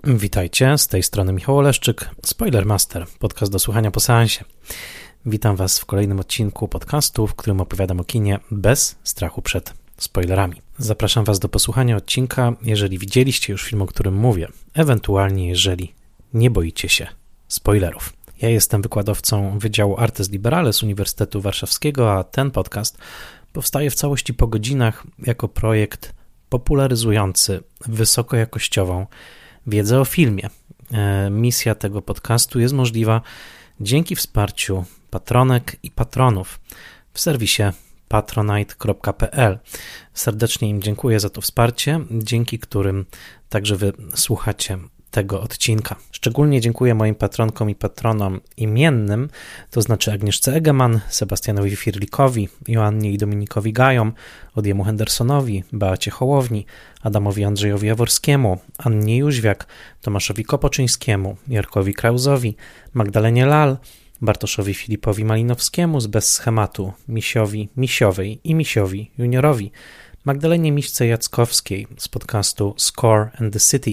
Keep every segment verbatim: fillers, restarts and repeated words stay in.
Witajcie, z tej strony Michał Oleszczyk, Spoilermaster, podcast do słuchania po seansie. Witam Was w kolejnym odcinku podcastu, w którym opowiadam o kinie bez strachu przed spoilerami. Zapraszam Was do posłuchania odcinka, jeżeli widzieliście już film, o którym mówię, ewentualnie jeżeli nie boicie się spoilerów. Ja jestem wykładowcą Wydziału Artes Liberales Uniwersytetu Warszawskiego, a ten podcast powstaje w całości po godzinach jako projekt popularyzujący wysokojakościową wiedzę o filmie. Misja tego podcastu jest możliwa dzięki wsparciu patronek i patronów w serwisie patronite kropka p l. Serdecznie im dziękuję za to wsparcie, dzięki którym także wy słuchacie tego odcinka. Szczególnie dziękuję moim patronkom i patronom imiennym, to znaczy Agnieszce Egeman, Sebastianowi Firlikowi, Joannie i Dominikowi Gajom, Odiemu Hendersonowi, Beacie Hołowni, Adamowi Andrzejowi Jaworskiemu, Annie Jóźwiak, Tomaszowi Kopoczyńskiemu, Jarkowi Krauzowi, Magdalenie Lal, Bartoszowi Filipowi Malinowskiemu z Bez Schematu, Misiowi Misiowej i Misiowi Juniorowi, Magdalenie Miśce Jackowskiej z podcastu Score and the City,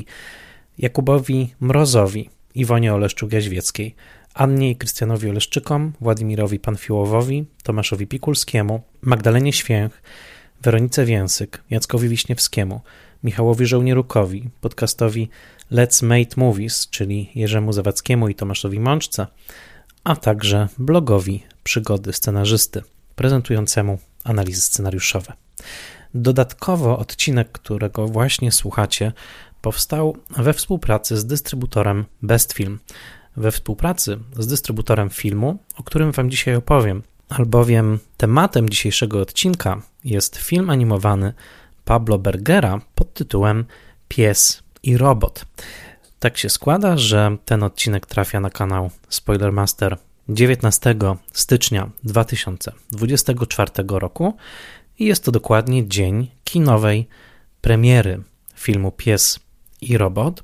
Jakubowi Mrozowi, Iwonie Oleszczuk-Jaźwieckiej, Annie i Krystianowi Oleszczykom, Władimirowi Panfiłowowi, Tomaszowi Pikulskiemu, Magdalenie Święch, Weronice Więsyk, Jackowi Wiśniewskiemu, Michałowi Żołnierukowi, podcastowi Let's Make Movies, czyli Jerzemu Zawadzkiemu i Tomaszowi Mączce, a także blogowi Przygody Scenarzysty, prezentującemu analizy scenariuszowe. Dodatkowo odcinek, którego właśnie słuchacie, powstał we współpracy z dystrybutorem Bestfilm, we współpracy z dystrybutorem filmu, o którym Wam dzisiaj opowiem, albowiem tematem dzisiejszego odcinka jest film animowany Pablo Bergera pod tytułem Pies i robot. Tak się składa, że ten odcinek trafia na kanał Spoilermaster dziewiętnastego stycznia dwa tysiące dwudziestego czwartego roku i jest to dokładnie dzień kinowej premiery filmu Pies i robot,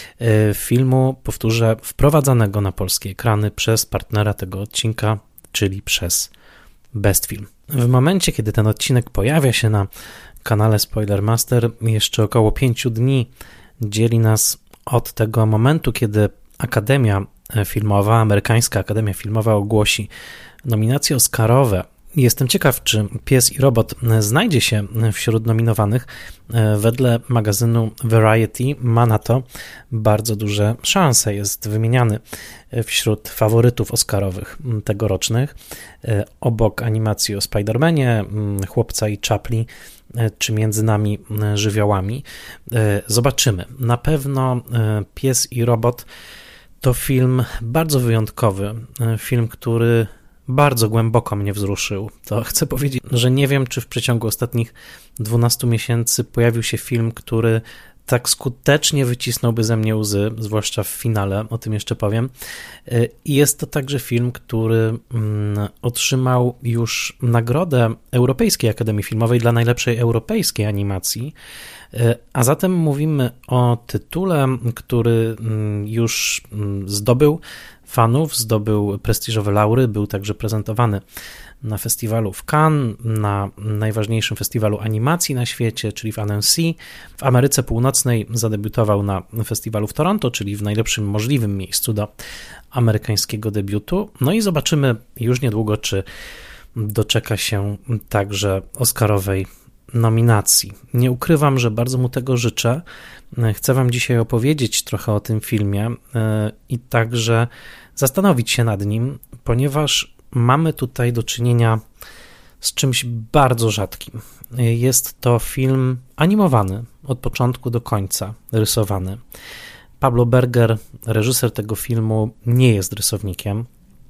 filmu, powtórzę, wprowadzanego na polskie ekrany przez partnera tego odcinka, czyli przez Bestfilm. W momencie, kiedy ten odcinek pojawia się na kanale Spoilermaster, jeszcze około pięciu dni dzieli nas od tego momentu, kiedy Akademia Filmowa, Amerykańska Akademia Filmowa ogłosi nominacje oscarowe. Jestem ciekaw, czy Pies i robot znajdzie się wśród nominowanych. Wedle magazynu Variety ma na to bardzo duże szanse. Jest wymieniany wśród faworytów oscarowych tegorocznych. Obok animacji o Spider-Manie, Chłopca i Czapli, czy Między nami żywiołami. Zobaczymy. Na pewno Pies i robot to film bardzo wyjątkowy. Film, który bardzo głęboko mnie wzruszył. To chcę powiedzieć, że nie wiem, czy w przeciągu ostatnich dwunastu miesięcy pojawił się film, który tak skutecznie wycisnąłby ze mnie łzy, zwłaszcza w finale, o tym jeszcze powiem. I jest to także film, który otrzymał już nagrodę Europejskiej Akademii Filmowej dla najlepszej europejskiej animacji, a zatem mówimy o tytule, który już zdobył fanów, zdobył prestiżowe laury, był także prezentowany na festiwalu w Cannes, na najważniejszym festiwalu animacji na świecie, czyli w Annecy. W Ameryce Północnej zadebiutował na festiwalu w Toronto, czyli w najlepszym możliwym miejscu do amerykańskiego debiutu. No i zobaczymy już niedługo, czy doczeka się także oscarowej nominacji. Nie ukrywam, że bardzo mu tego życzę. Chcę Wam dzisiaj opowiedzieć trochę o tym filmie i także zastanowić się nad nim, ponieważ mamy tutaj do czynienia z czymś bardzo rzadkim. Jest to film animowany od początku do końca, rysowany. Pablo Berger, reżyser tego filmu, nie jest rysownikiem.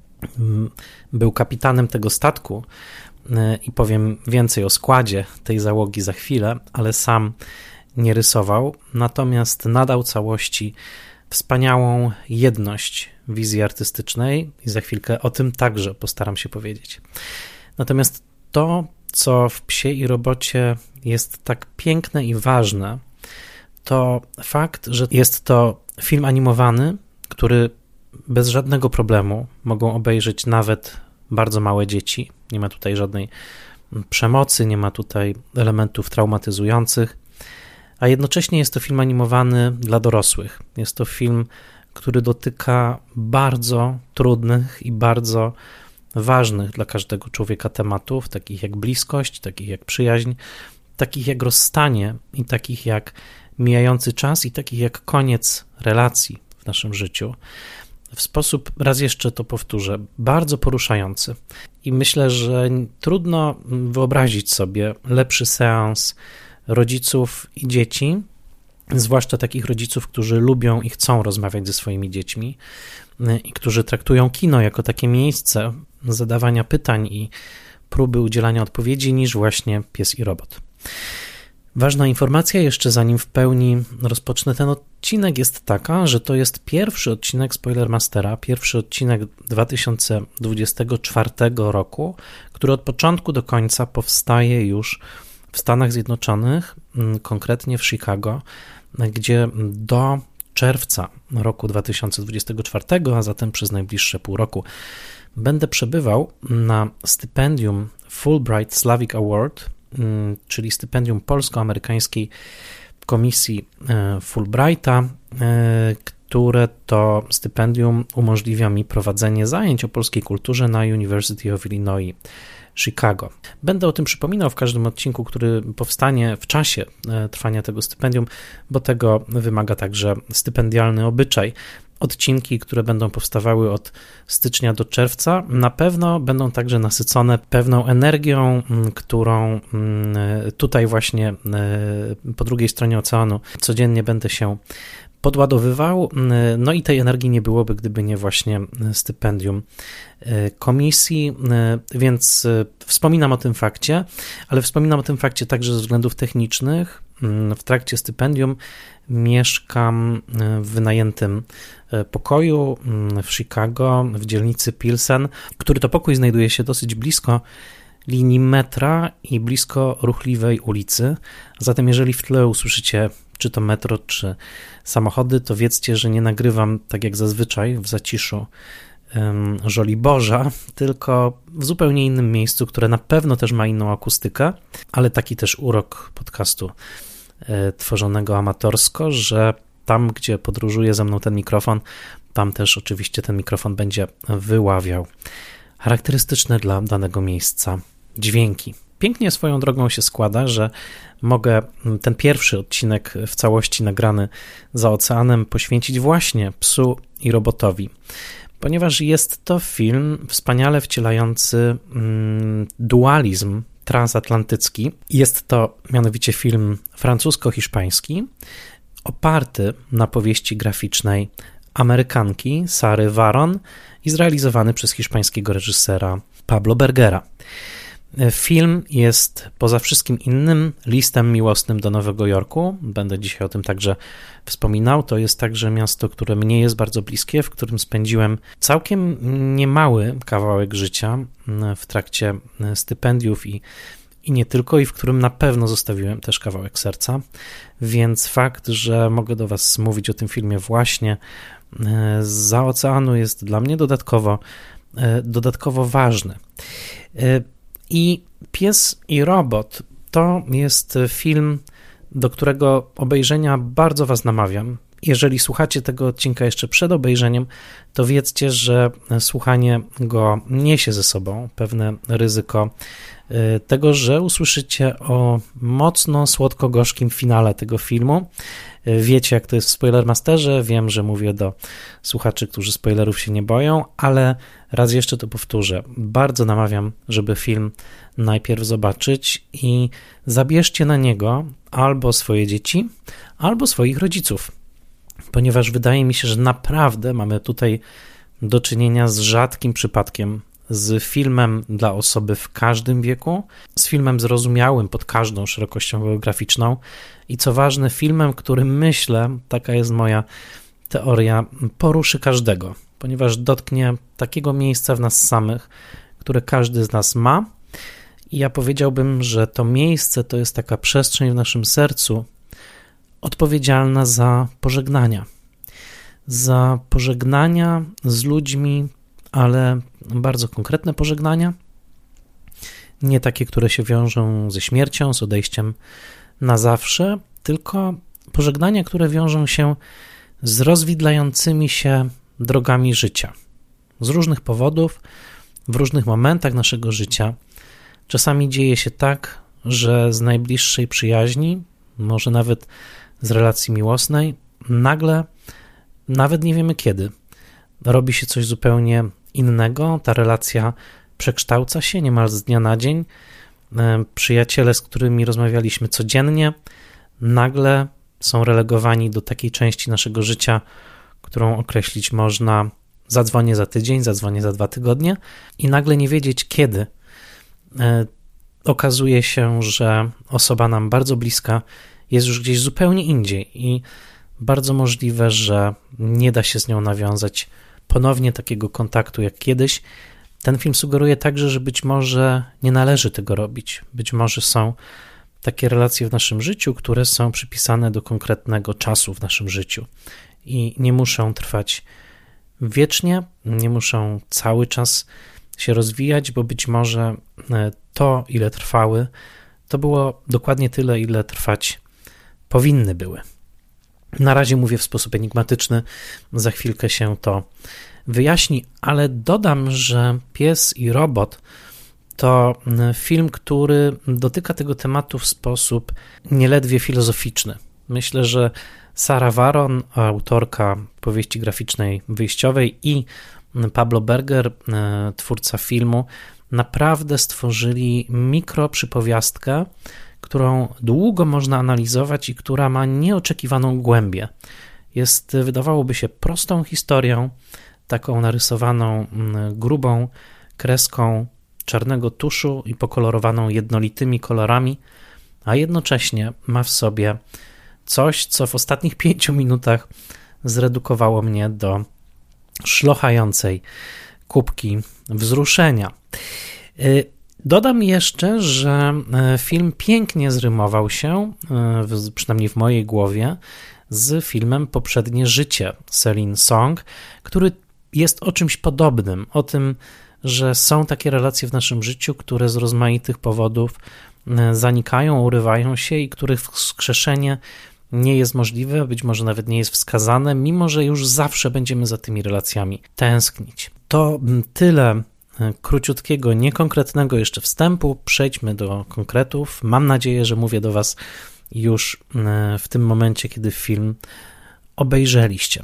Był kapitanem tego statku i powiem więcej o składzie tej załogi za chwilę, ale sam nie rysował, natomiast nadał całości wspaniałą jedność wizji artystycznej i za chwilkę o tym także postaram się powiedzieć. Natomiast to, co w Psie i robocie jest tak piękne i ważne, to fakt, że jest to film animowany, który bez żadnego problemu mogą obejrzeć nawet bardzo małe dzieci. Nie ma tutaj żadnej przemocy, nie ma tutaj elementów traumatyzujących, a jednocześnie jest to film animowany dla dorosłych. Jest to film, który dotyka bardzo trudnych i bardzo ważnych dla każdego człowieka tematów, takich jak bliskość, takich jak przyjaźń, takich jak rozstanie i takich jak mijający czas i takich jak koniec relacji w naszym życiu. W sposób, raz jeszcze to powtórzę, bardzo poruszający. I myślę, że trudno wyobrazić sobie lepszy seans rodziców i dzieci, zwłaszcza takich rodziców, którzy lubią i chcą rozmawiać ze swoimi dziećmi i którzy traktują kino jako takie miejsce zadawania pytań i próby udzielania odpowiedzi, niż właśnie Pies i robot. Ważna informacja jeszcze, zanim w pełni rozpocznę ten odcinek, jest taka, że to jest pierwszy odcinek Spoilermastera, pierwszy odcinek dwa tysiące dwudziestego czwartego roku, który od początku do końca powstaje już w Stanach Zjednoczonych, konkretnie w Chicago, gdzie do czerwca roku dwa tysiące dwudziestego czwartego, a zatem przez najbliższe pół roku, będę przebywał na stypendium Fulbright Slavic Award, czyli stypendium polsko-amerykańskiej komisji Fulbrighta, które to stypendium umożliwia mi prowadzenie zajęć o polskiej kulturze na University of Illinois Chicago. Będę o tym przypominał w każdym odcinku, który powstanie w czasie trwania tego stypendium, bo tego wymaga także stypendialny obyczaj. Odcinki, które będą powstawały od stycznia do czerwca, na pewno będą także nasycone pewną energią, którą tutaj właśnie po drugiej stronie oceanu codziennie będę się podładowywał. No i tej energii nie byłoby, gdyby nie właśnie stypendium komisji, więc wspominam o tym fakcie, ale wspominam o tym fakcie także ze względów technicznych. W trakcie stypendium mieszkam w wynajętym pokoju w Chicago, w dzielnicy Pilsen, który to pokój znajduje się dosyć blisko linii metra i blisko ruchliwej ulicy. Zatem jeżeli w tle usłyszycie czy to metro, czy samochody, to wiedzcie, że nie nagrywam tak jak zazwyczaj w zaciszu um, Żoliborza, tylko w zupełnie innym miejscu, które na pewno też ma inną akustykę, ale taki też urok podcastu e, tworzonego amatorsko, że tam, gdzie podróżuje ze mną ten mikrofon, tam też oczywiście ten mikrofon będzie wyławiał charakterystyczne dla danego miejsca dźwięki. Pięknie swoją drogą się składa, że mogę ten pierwszy odcinek w całości nagrany za oceanem poświęcić właśnie Psu i robotowi, ponieważ jest to film wspaniale wcielający mm, dualizm transatlantycki. Jest to mianowicie film francusko-hiszpański, oparty na powieści graficznej Amerykanki Sary Varon i zrealizowany przez hiszpańskiego reżysera Pablo Bergera. Film jest poza wszystkim innym listem miłosnym do Nowego Jorku. Będę dzisiaj o tym także wspominał. To jest także miasto, które mnie jest bardzo bliskie, w którym spędziłem całkiem niemały kawałek życia w trakcie stypendiów i, i nie tylko, i w którym na pewno zostawiłem też kawałek serca. Więc fakt, że mogę do Was mówić o tym filmie właśnie zza oceanu, jest dla mnie dodatkowo, dodatkowo ważny. I Pies i robot to jest film, do którego obejrzenia bardzo Was namawiam. Jeżeli słuchacie tego odcinka jeszcze przed obejrzeniem, to wiedzcie, że słuchanie go niesie ze sobą pewne ryzyko tego, że usłyszycie o mocno słodko-gorzkim finale tego filmu. Wiecie, jak to jest w Spoilermasterze, wiem, że mówię do słuchaczy, którzy spoilerów się nie boją, ale raz jeszcze to powtórzę. Bardzo namawiam, żeby film najpierw zobaczyć i zabierzcie na niego albo swoje dzieci, albo swoich rodziców, ponieważ wydaje mi się, że naprawdę mamy tutaj do czynienia z rzadkim przypadkiem, z filmem dla osoby w każdym wieku, z filmem zrozumiałym pod każdą szerokością geograficzną i co ważne, filmem, który myślę, taka jest moja teoria, poruszy każdego, ponieważ dotknie takiego miejsca w nas samych, które każdy z nas ma. I ja powiedziałbym, że to miejsce to jest taka przestrzeń w naszym sercu odpowiedzialna za pożegnania. Za pożegnania z ludźmi, ale bardzo konkretne pożegnania, nie takie, które się wiążą ze śmiercią, z odejściem na zawsze, tylko pożegnania, które wiążą się z rozwidlającymi się drogami życia. Z różnych powodów, w różnych momentach naszego życia. Czasami dzieje się tak, że z najbliższej przyjaźni, może nawet z relacji miłosnej, nagle, nawet nie wiemy kiedy, robi się coś zupełnie innego, ta relacja przekształca się niemal z dnia na dzień. Przyjaciele, z którymi rozmawialiśmy codziennie, nagle są relegowani do takiej części naszego życia, którą określić można: zadzwonię za tydzień, zadzwonię za dwa tygodnie, i nagle nie wiedzieć kiedy. Okazuje się, że osoba nam bardzo bliska jest już gdzieś zupełnie indziej i bardzo możliwe, że nie da się z nią nawiązać ponownie takiego kontaktu jak kiedyś. Ten film sugeruje także, że być może nie należy tego robić. Być może są takie relacje w naszym życiu, które są przypisane do konkretnego czasu w naszym życiu i nie muszą trwać wiecznie, nie muszą cały czas się rozwijać, bo być może to, ile trwały, to było dokładnie tyle, ile trwać powinny były. Na razie mówię w sposób enigmatyczny, za chwilkę się to wyjaśni, ale dodam, że Pies i robot to film, który dotyka tego tematu w sposób nieledwie filozoficzny. Myślę, że Sarah Varon, autorka powieści graficznej wyjściowej, i Pablo Berger, twórca filmu, naprawdę stworzyli mikroprzypowiastkę, którą długo można analizować i która ma nieoczekiwaną głębię. Jest, wydawałoby się, prostą historią, taką narysowaną grubą kreską czarnego tuszu i pokolorowaną jednolitymi kolorami, a jednocześnie ma w sobie coś, co w ostatnich pięciu minutach zredukowało mnie do szlochającej kubki wzruszenia. Dodam jeszcze, że film pięknie zrymował się, przynajmniej w mojej głowie, z filmem Poprzednie życie Celine Song, który jest o czymś podobnym, o tym, że są takie relacje w naszym życiu, które z rozmaitych powodów zanikają, urywają się i których wskrzeszenie nie jest możliwe, być może nawet nie jest wskazane, mimo że już zawsze będziemy za tymi relacjami tęsknić. To tyle króciutkiego, niekonkretnego jeszcze wstępu. Przejdźmy do konkretów. Mam nadzieję, że mówię do Was już w tym momencie, kiedy film obejrzeliście.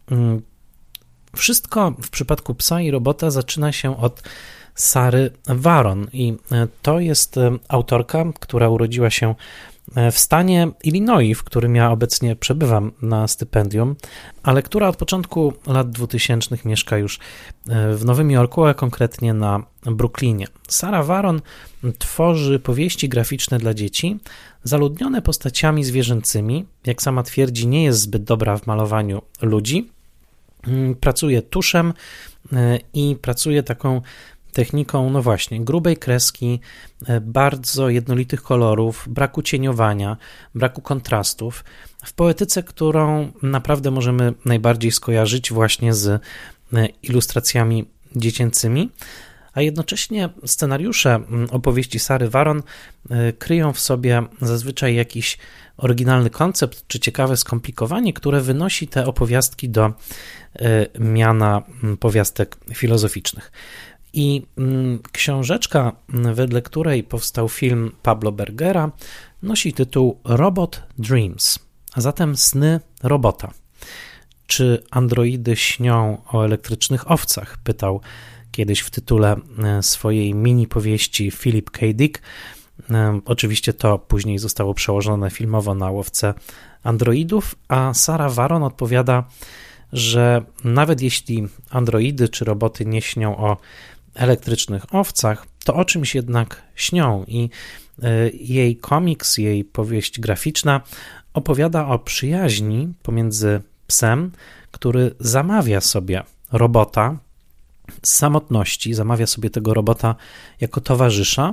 Wszystko w przypadku Psa i robota zaczyna się od Sary Varon i to jest autorka, która urodziła się w stanie Illinois, w którym ja obecnie przebywam na stypendium, ale która od początku lat dwutysięcznych mieszka już w Nowym Jorku, a konkretnie na Brooklynie. Sarah Varon tworzy powieści graficzne dla dzieci, zaludnione postaciami zwierzęcymi. Jak sama twierdzi, nie jest zbyt dobra w malowaniu ludzi. Pracuje tuszem i pracuje taką techniką, no właśnie, grubej kreski, bardzo jednolitych kolorów, braku cieniowania, braku kontrastów, w poetyce, którą naprawdę możemy najbardziej skojarzyć właśnie z ilustracjami dziecięcymi, a jednocześnie scenariusze opowieści Sary Varon kryją w sobie zazwyczaj jakiś oryginalny koncept czy ciekawe skomplikowanie, które wynosi te opowiastki do miana powiastek filozoficznych. I książeczka, wedle której powstał film Pablo Bergera, nosi tytuł Robot Dreams, a zatem sny robota. Czy androidy śnią o elektrycznych owcach? Pytał kiedyś w tytule swojej mini powieści Philip K. Dick. Oczywiście to później zostało przełożone filmowo na Łowcę androidów, a Sarah Varon odpowiada, że nawet jeśli androidy czy roboty nie śnią o elektrycznych owcach, to o czymś jednak śnią i jej komiks, jej powieść graficzna opowiada o przyjaźni pomiędzy psem, który zamawia sobie robota z samotności, zamawia sobie tego robota jako towarzysza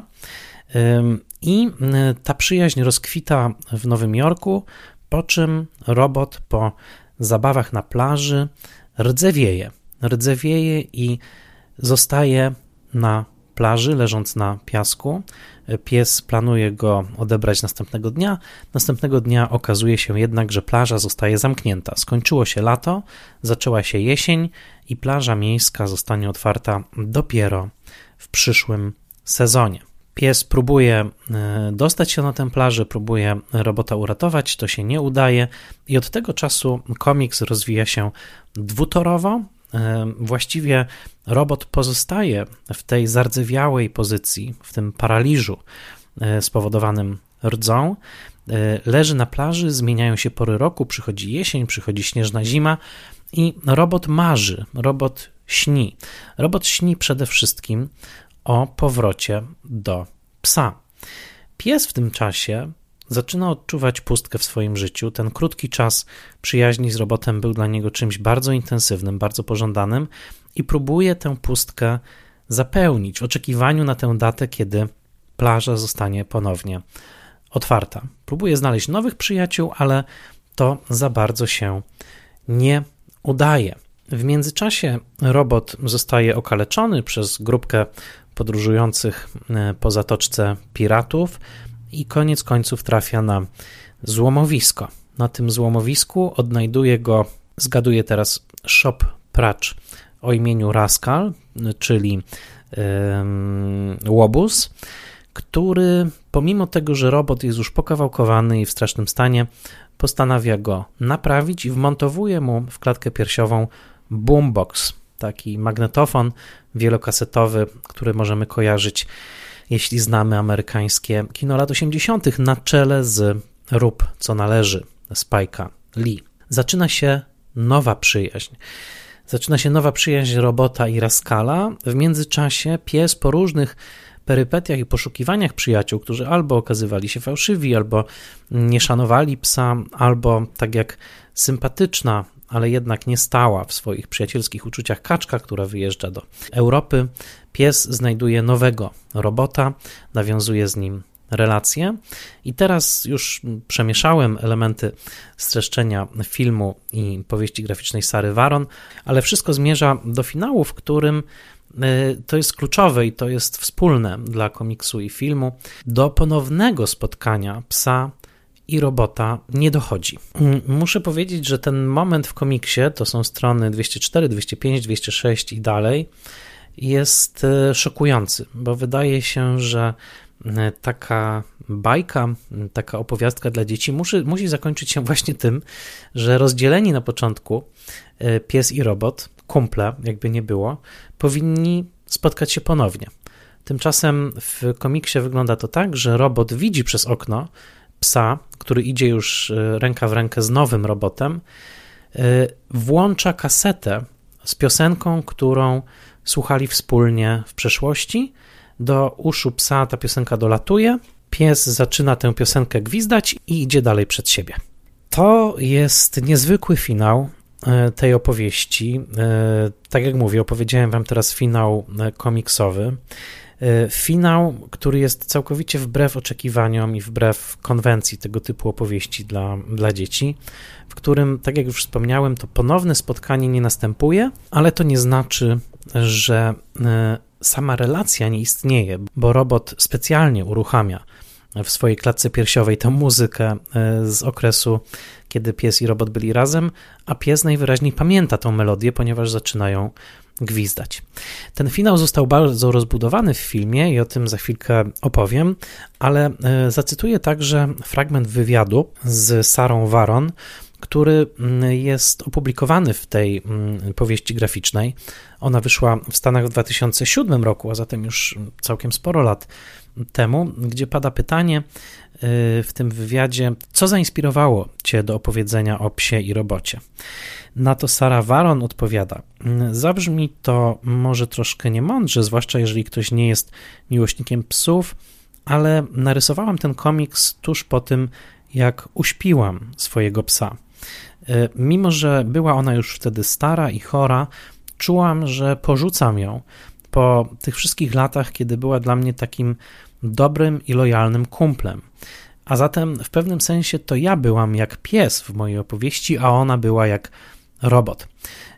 i ta przyjaźń rozkwita w Nowym Jorku, po czym robot po zabawach na plaży rdzewieje. Rdzewieje i zostaje na plaży, leżąc na piasku. Pies planuje go odebrać następnego dnia. Następnego dnia okazuje się jednak, że plaża zostaje zamknięta. Skończyło się lato, zaczęła się jesień i plaża miejska zostanie otwarta dopiero w przyszłym sezonie. Pies próbuje dostać się na tę plażę, próbuje robota uratować, to się nie udaje i od tego czasu komiks rozwija się dwutorowo. Właściwie robot pozostaje w tej zardzewiałej pozycji, w tym paraliżu spowodowanym rdzą. Leży na plaży, zmieniają się pory roku, przychodzi jesień, przychodzi śnieżna zima i robot marzy, robot śni. Robot śni przede wszystkim o powrocie do psa. Pies w tym czasie zaczyna odczuwać pustkę w swoim życiu. Ten krótki czas przyjaźni z robotem był dla niego czymś bardzo intensywnym, bardzo pożądanym i próbuje tę pustkę zapełnić w oczekiwaniu na tę datę, kiedy plaża zostanie ponownie otwarta. Próbuje znaleźć nowych przyjaciół, ale to za bardzo się nie udaje. W międzyczasie robot zostaje okaleczony przez grupkę podróżujących po zatoczce piratów i koniec końców trafia na złomowisko. Na tym złomowisku odnajduje go, zgaduję teraz, shop pracz o imieniu Rascal, czyli yy, łobuz, który pomimo tego, że robot jest już pokawałkowany i w strasznym stanie, postanawia go naprawić i wmontowuje mu w klatkę piersiową boombox, taki magnetofon wielokasetowy, który możemy kojarzyć, jeśli znamy amerykańskie kino lat osiemdziesiątych, na czele z Rób co należy Spike'a Lee. Zaczyna się nowa przyjaźń. Zaczyna się nowa przyjaźń robota i Rascala. W międzyczasie pies po różnych perypetiach i poszukiwaniach przyjaciół, którzy albo okazywali się fałszywi, albo nie szanowali psa, albo tak jak sympatyczna, ale jednak nie stała w swoich przyjacielskich uczuciach kaczka, która wyjeżdża do Europy, pies znajduje nowego robota, nawiązuje z nim relacje i teraz już przemieszałem elementy streszczenia filmu i powieści graficznej Sary Varon, ale wszystko zmierza do finału, w którym to jest kluczowe i to jest wspólne dla komiksu i filmu. Do ponownego spotkania psa i robota nie dochodzi. Muszę powiedzieć, że ten moment w komiksie, to są strony dwieście cztery, dwieście pięć, dwieście sześć i dalej, jest szokujący, bo wydaje się, że taka bajka, taka opowiastka dla dzieci musi, musi zakończyć się właśnie tym, że rozdzieleni na początku pies i robot, kumple, jakby nie było, powinni spotkać się ponownie. Tymczasem w komiksie wygląda to tak, że robot widzi przez okno psa, który idzie już ręka w rękę z nowym robotem, włącza kasetę z piosenką, którą słuchali wspólnie w przeszłości. Do uszu psa ta piosenka dolatuje, pies zaczyna tę piosenkę gwizdać i idzie dalej przed siebie. To jest niezwykły finał tej opowieści. Tak jak mówię, opowiedziałem wam teraz finał komiksowy. Finał, który jest całkowicie wbrew oczekiwaniom i wbrew konwencji tego typu opowieści dla, dla dzieci, w którym, tak jak już wspomniałem, to ponowne spotkanie nie następuje, ale to nie znaczy, że sama relacja nie istnieje, bo robot specjalnie uruchamia w swojej klatce piersiowej tę muzykę z okresu, kiedy pies i robot byli razem, a pies najwyraźniej pamięta tę melodię, ponieważ zaczynają gwizdać. Ten finał został bardzo rozbudowany w filmie i o tym za chwilkę opowiem, ale zacytuję także fragment wywiadu z Sarą Varon, który jest opublikowany w tej powieści graficznej. Ona wyszła w Stanach w dwa tysiące siódmym roku, a zatem już całkiem sporo lat temu, gdzie pada pytanie w tym wywiadzie, co zainspirowało cię do opowiedzenia o psie i robocie. Na to Sara Varon odpowiada: zabrzmi to może troszkę niemądrze, zwłaszcza jeżeli ktoś nie jest miłośnikiem psów, ale narysowałam ten komiks tuż po tym, jak uśpiłam swojego psa. Mimo że była ona już wtedy stara i chora, czułam, że porzucam ją po tych wszystkich latach, kiedy była dla mnie takim dobrym i lojalnym kumplem. A zatem w pewnym sensie to ja byłam jak pies w mojej opowieści, a ona była jak robot.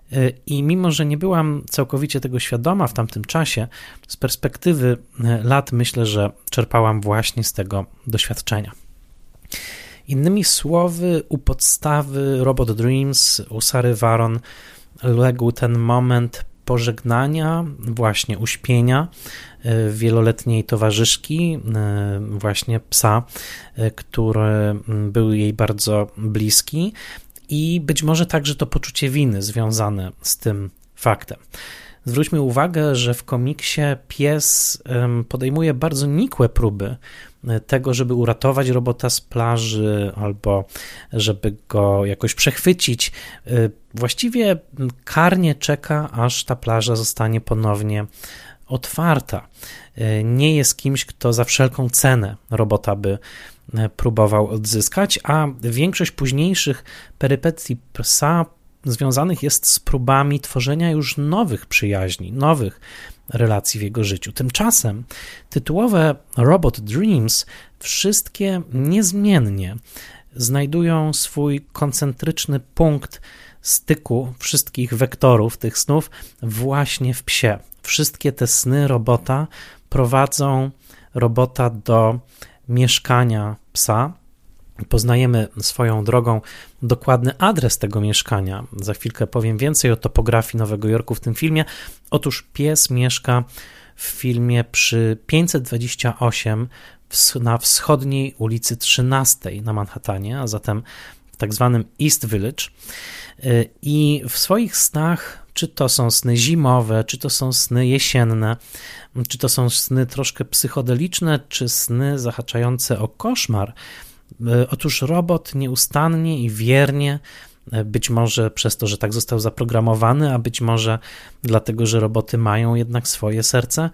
I mimo, że nie byłam całkowicie tego świadoma w tamtym czasie, z perspektywy lat myślę, że czerpałam właśnie z tego doświadczenia. Innymi słowy, u podstawy Robot Dreams, u Sary Varon legł ten moment pożegnania, właśnie uśpienia wieloletniej towarzyszki, właśnie psa, który był jej bardzo bliski i być może także to poczucie winy związane z tym faktem. Zwróćmy uwagę, że w komiksie pies podejmuje bardzo nikłe próby tego, żeby uratować robota z plaży albo żeby go jakoś przechwycić. Właściwie karnie czeka, aż ta plaża zostanie ponownie otwarta. Nie jest kimś, kto za wszelką cenę robota by próbował odzyskać, a większość późniejszych perypetii psa związanych jest z próbami tworzenia już nowych przyjaźni, nowych relacji w jego życiu. Tymczasem tytułowe Robot Dreams wszystkie niezmiennie znajdują swój koncentryczny punkt styku wszystkich wektorów tych snów właśnie w psie. Wszystkie te sny robota prowadzą robota do mieszkania psa. Poznajemy swoją drogą dokładny adres tego mieszkania. Za chwilkę powiem więcej o topografii Nowego Jorku w tym filmie. Otóż pies mieszka w filmie przy pięćset dwadzieścia osiem na wschodniej ulicy trzynastej na Manhattanie, a zatem w tak zwanym East Village. I w swoich snach, czy to są sny zimowe, czy to są sny jesienne, czy to są sny troszkę psychodeliczne, czy sny zahaczające o koszmar, otóż robot nieustannie i wiernie, być może przez to, że tak został zaprogramowany, a być może dlatego, że roboty mają jednak swoje serce,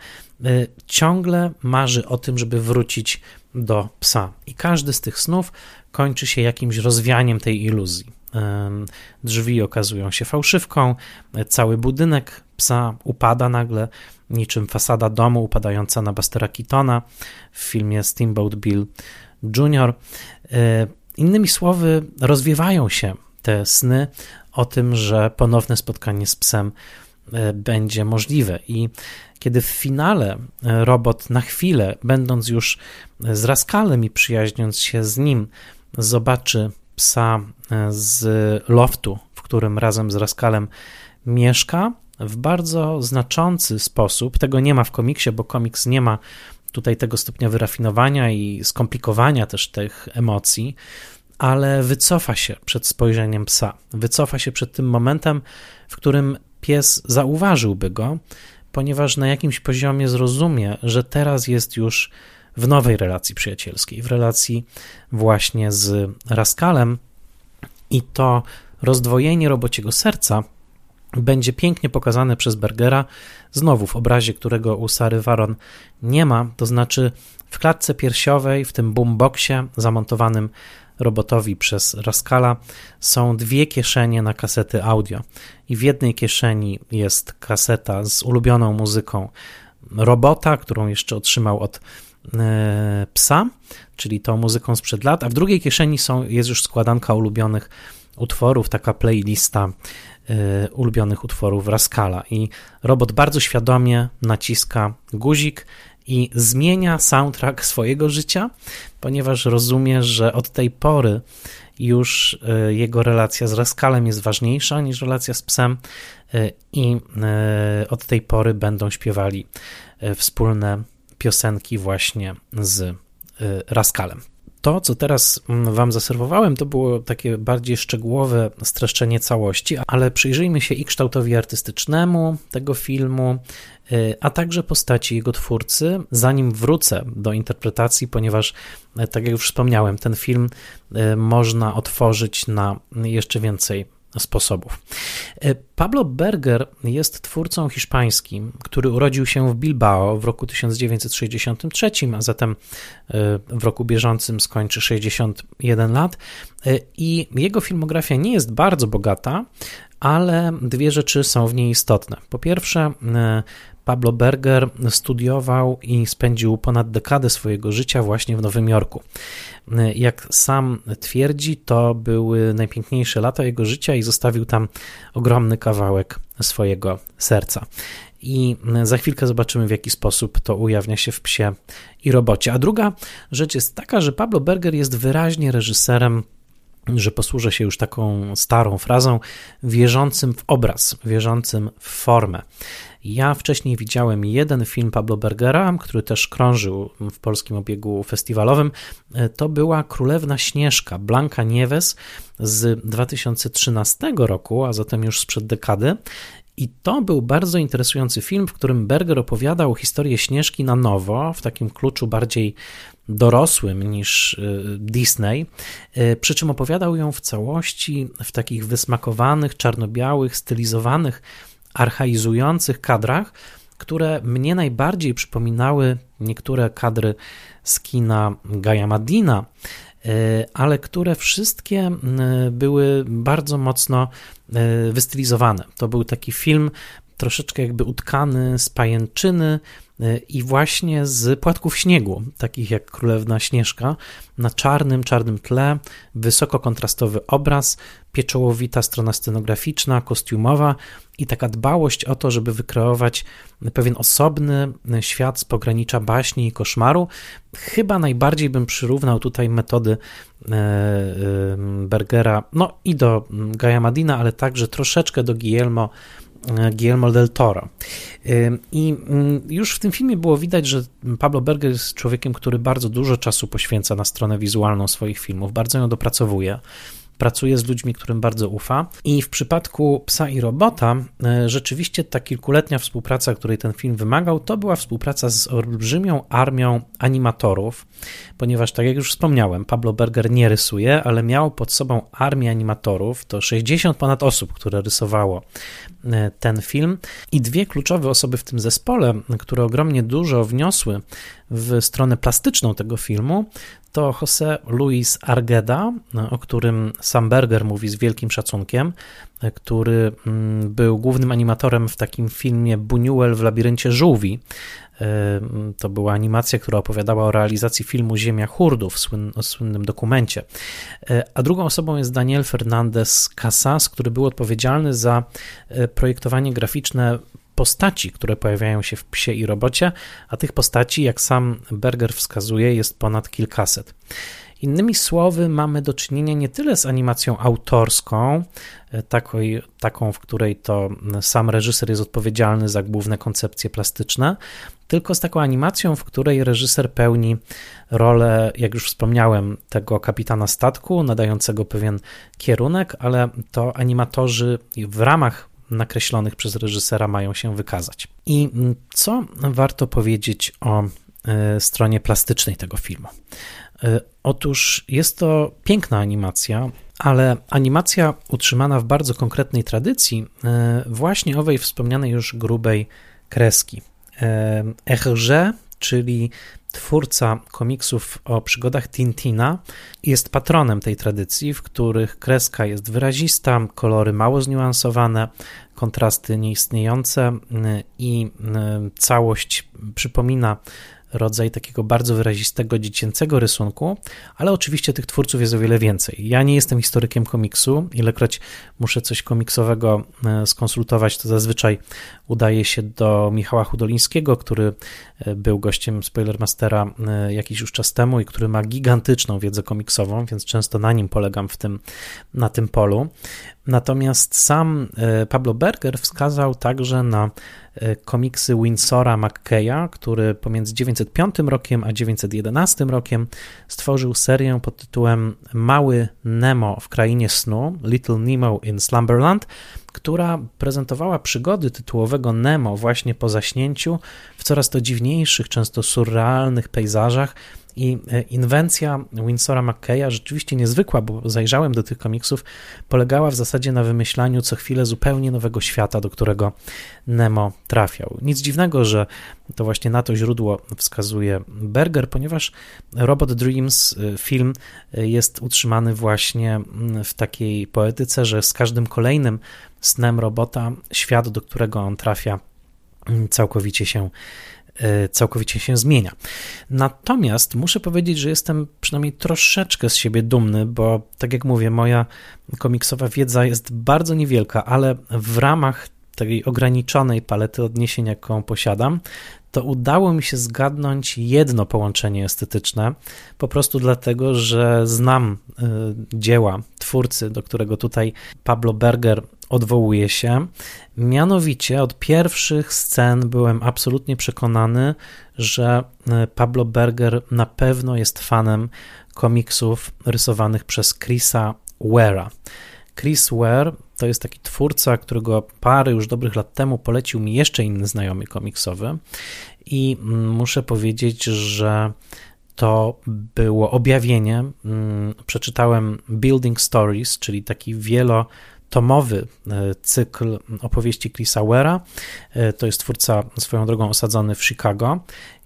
ciągle marzy o tym, żeby wrócić do psa. I każdy z tych snów kończy się jakimś rozwianiem tej iluzji. Drzwi okazują się fałszywką, cały budynek psa upada nagle, niczym fasada domu upadająca na Bustera Keatona w filmie Steamboat Bill junior Innymi słowy, rozwiewają się te sny o tym, że ponowne spotkanie z psem będzie możliwe. I kiedy w finale robot na chwilę, będąc już z Rascalem i przyjaźniąc się z nim, zobaczy psa z loftu, w którym razem z Rascalem mieszka, w bardzo znaczący sposób, tego nie ma w komiksie, bo komiks nie ma tutaj tego stopnia wyrafinowania i skomplikowania też tych emocji, ale wycofa się przed spojrzeniem psa, wycofa się przed tym momentem, w którym pies zauważyłby go, ponieważ na jakimś poziomie zrozumie, że teraz jest już w nowej relacji przyjacielskiej, w relacji właśnie z Rascalem i to rozdwojenie robociego serca będzie pięknie pokazane przez Bergera, znowu w obrazie, którego u Sary Varon nie ma, to znaczy w klatce piersiowej, w tym boomboxie zamontowanym robotowi przez Rascala są dwie kieszenie na kasety audio i w jednej kieszeni jest kaseta z ulubioną muzyką robota, którą jeszcze otrzymał od e, psa, czyli tą muzyką sprzed lat, a w drugiej kieszeni są, jest już składanka ulubionych utworów, taka playlista y, ulubionych utworów Rascala i robot bardzo świadomie naciska guzik i zmienia soundtrack swojego życia, ponieważ rozumie, że od tej pory już y, jego relacja z Rascalem jest ważniejsza niż relacja z psem y, i y, od tej pory będą śpiewali y, wspólne piosenki właśnie z y, Rascalem. To, co teraz wam zaserwowałem, to było takie bardziej szczegółowe streszczenie całości, ale przyjrzyjmy się i kształtowi artystycznemu tego filmu, a także postaci jego twórcy, zanim wrócę do interpretacji, ponieważ, tak jak już wspomniałem, ten film można otworzyć na jeszcze więcej sposobów. Pablo Berger jest twórcą hiszpańskim, który urodził się w Bilbao w roku tysiąc dziewięćset sześćdziesiątym trzecim, a zatem w roku bieżącym skończy sześćdziesiąt jeden lat i jego filmografia nie jest bardzo bogata, ale dwie rzeczy są w niej istotne. Po pierwsze, Pablo Berger studiował i spędził ponad dekadę swojego życia właśnie w Nowym Jorku. Jak sam twierdzi, to były najpiękniejsze lata jego życia i zostawił tam ogromny kawałek swojego serca. I za chwilkę zobaczymy, w jaki sposób to ujawnia się w Psie i Robocie. A druga rzecz jest taka, że Pablo Berger jest wyraźnie reżyserem, że posłużę się już taką starą frazą, wierzącym w obraz, wierzącym w formę. Ja wcześniej widziałem jeden film Pablo Bergera, który też krążył w polskim obiegu festiwalowym. To była Królewna Śnieżka, Blanca Nieves z dwa tysiące trzynastego roku, a zatem już sprzed dekady. I to był bardzo interesujący film, w którym Berger opowiadał historię Śnieżki na nowo, w takim kluczu bardziej dorosłym niż Disney, przy czym opowiadał ją w całości w takich wysmakowanych, czarno-białych, stylizowanych, archaizujących kadrach, które mnie najbardziej przypominały niektóre kadry z kina Gaja Madina, ale które wszystkie były bardzo mocno wystylizowane. To był taki film troszeczkę jakby utkany z pajęczyny i właśnie z płatków śniegu, takich jak Królewna Śnieżka, na czarnym, czarnym tle, wysoko kontrastowy obraz, pieczołowita strona scenograficzna, kostiumowa i taka dbałość o to, żeby wykreować pewien osobny świat z pogranicza baśni i koszmaru. Chyba najbardziej bym przyrównał tutaj metody Bergera, no i do Gaja Madina, ale także troszeczkę do Guillermo Guillermo del Toro. I już w tym filmie było widać, że Pablo Berger jest człowiekiem, który bardzo dużo czasu poświęca na stronę wizualną swoich filmów, bardzo ją dopracowuje. Pracuje z ludźmi, którym bardzo ufa i w przypadku Psa i Robota rzeczywiście ta kilkuletnia współpraca, której ten film wymagał, to była współpraca z olbrzymią armią animatorów, ponieważ tak jak już wspomniałem, Pablo Berger nie rysuje, ale miał pod sobą armię animatorów, to sześćdziesiąt ponad osób, które rysowało ten film i dwie kluczowe osoby w tym zespole, które ogromnie dużo wniosły w stronę plastyczną tego filmu, to José Luis Argueda, o którym sam Berger mówi z wielkim szacunkiem, który był głównym animatorem w takim filmie Buñuel w labiryncie żółwi. To była animacja, która opowiadała o realizacji filmu Ziemia Hurdów, o słynnym dokumencie. A drugą osobą jest Daniel Fernández Casas, który był odpowiedzialny za projektowanie graficzne postaci, które pojawiają się w Psie i Robocie, a tych postaci, jak sam Berger wskazuje, jest ponad kilkaset. Innymi słowy, mamy do czynienia nie tyle z animacją autorską, taką, taką, w której to sam reżyser jest odpowiedzialny za główne koncepcje plastyczne, tylko z taką animacją, w której reżyser pełni rolę, jak już wspomniałem, tego kapitana statku, nadającego pewien kierunek, ale to animatorzy w ramach nakreślonych przez reżysera mają się wykazać. I co warto powiedzieć o stronie plastycznej tego filmu? Otóż jest to piękna animacja, ale animacja utrzymana w bardzo konkretnej tradycji właśnie owej wspomnianej już grubej kreski. Hergé, czyli twórca komiksów o przygodach Tintina, jest patronem tej tradycji, w których kreska jest wyrazista, kolory mało zniuansowane, kontrasty nieistniejące i całość przypomina rodzaj takiego bardzo wyrazistego, dziecięcego rysunku, ale oczywiście tych twórców jest o wiele więcej. Ja nie jestem historykiem komiksu, ilekroć muszę coś komiksowego skonsultować, to zazwyczaj udaje się do Michała Hudolińskiego, który był gościem Spoilermastera jakiś już czas temu i który ma gigantyczną wiedzę komiksową, więc często na nim polegam w tym, na tym polu. Natomiast sam Pablo Berger wskazał także na komiksy Winsora McKeya, który pomiędzy dziewięćset piątym rokiem a dziewięćset jedenastym rokiem stworzył serię pod tytułem Mały Nemo w Krainie Snu, Little Nemo in Slumberland, która prezentowała przygody tytułowego Nemo właśnie po zaśnięciu w coraz to dziwniejszych, często surrealnych pejzażach. I inwencja Winsora McKeya, rzeczywiście niezwykła, bo zajrzałem do tych komiksów, polegała w zasadzie na wymyślaniu co chwilę zupełnie nowego świata, do którego Nemo trafiał. Nic dziwnego, że to właśnie na to źródło wskazuje Berger, ponieważ Robot Dreams, film, jest utrzymany właśnie w takiej poetyce, że z każdym kolejnym snem robota świat, do którego on trafia, całkowicie się całkowicie się zmienia. Natomiast muszę powiedzieć, że jestem przynajmniej troszeczkę z siebie dumny, bo tak jak mówię, moja komiksowa wiedza jest bardzo niewielka, ale w ramach tej ograniczonej palety odniesień, jaką posiadam, to udało mi się zgadnąć jedno połączenie estetyczne, po prostu dlatego, że znam y, dzieła twórcy, do którego tutaj Pablo Berger odwołuje się. Mianowicie od pierwszych scen byłem absolutnie przekonany, że Pablo Berger na pewno jest fanem komiksów rysowanych przez Chrisa Ware'a. Chris Ware to jest taki twórca, którego parę już dobrych lat temu polecił mi jeszcze inny znajomy komiksowy i muszę powiedzieć, że to było objawienie. Przeczytałem Building Stories, czyli taki wielo tomowy cykl opowieści Chrisa Ware'a. To jest twórca swoją drogą osadzony w Chicago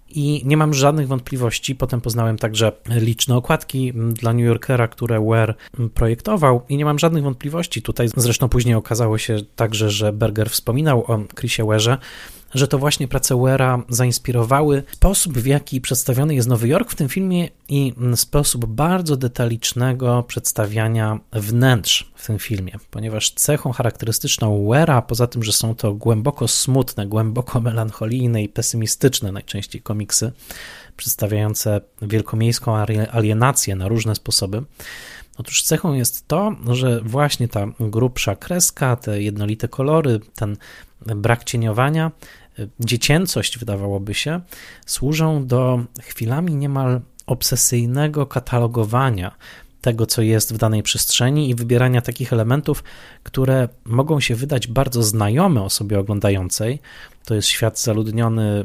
i nie mam żadnych wątpliwości. Potem poznałem także liczne okładki dla New Yorkera, które Ware projektował i nie mam żadnych wątpliwości. Tutaj zresztą później okazało się także, że Berger wspominał o Chrisie Ware'ze, że to właśnie prace Ware'a zainspirowały sposób, w jaki przedstawiony jest Nowy Jork w tym filmie i sposób bardzo detalicznego przedstawiania wnętrz w tym filmie, ponieważ cechą charakterystyczną Ware'a, poza tym, że są to głęboko smutne, głęboko melancholijne i pesymistyczne najczęściej komiksy, przedstawiające wielkomiejską alienację na różne sposoby, otóż cechą jest to, że właśnie ta grubsza kreska, te jednolite kolory, ten brak cieniowania, dziecięcość, wydawałoby się, służą do chwilami niemal obsesyjnego katalogowania tego, co jest w danej przestrzeni i wybierania takich elementów, które mogą się wydać bardzo znajome osobie oglądającej. To jest świat zaludniony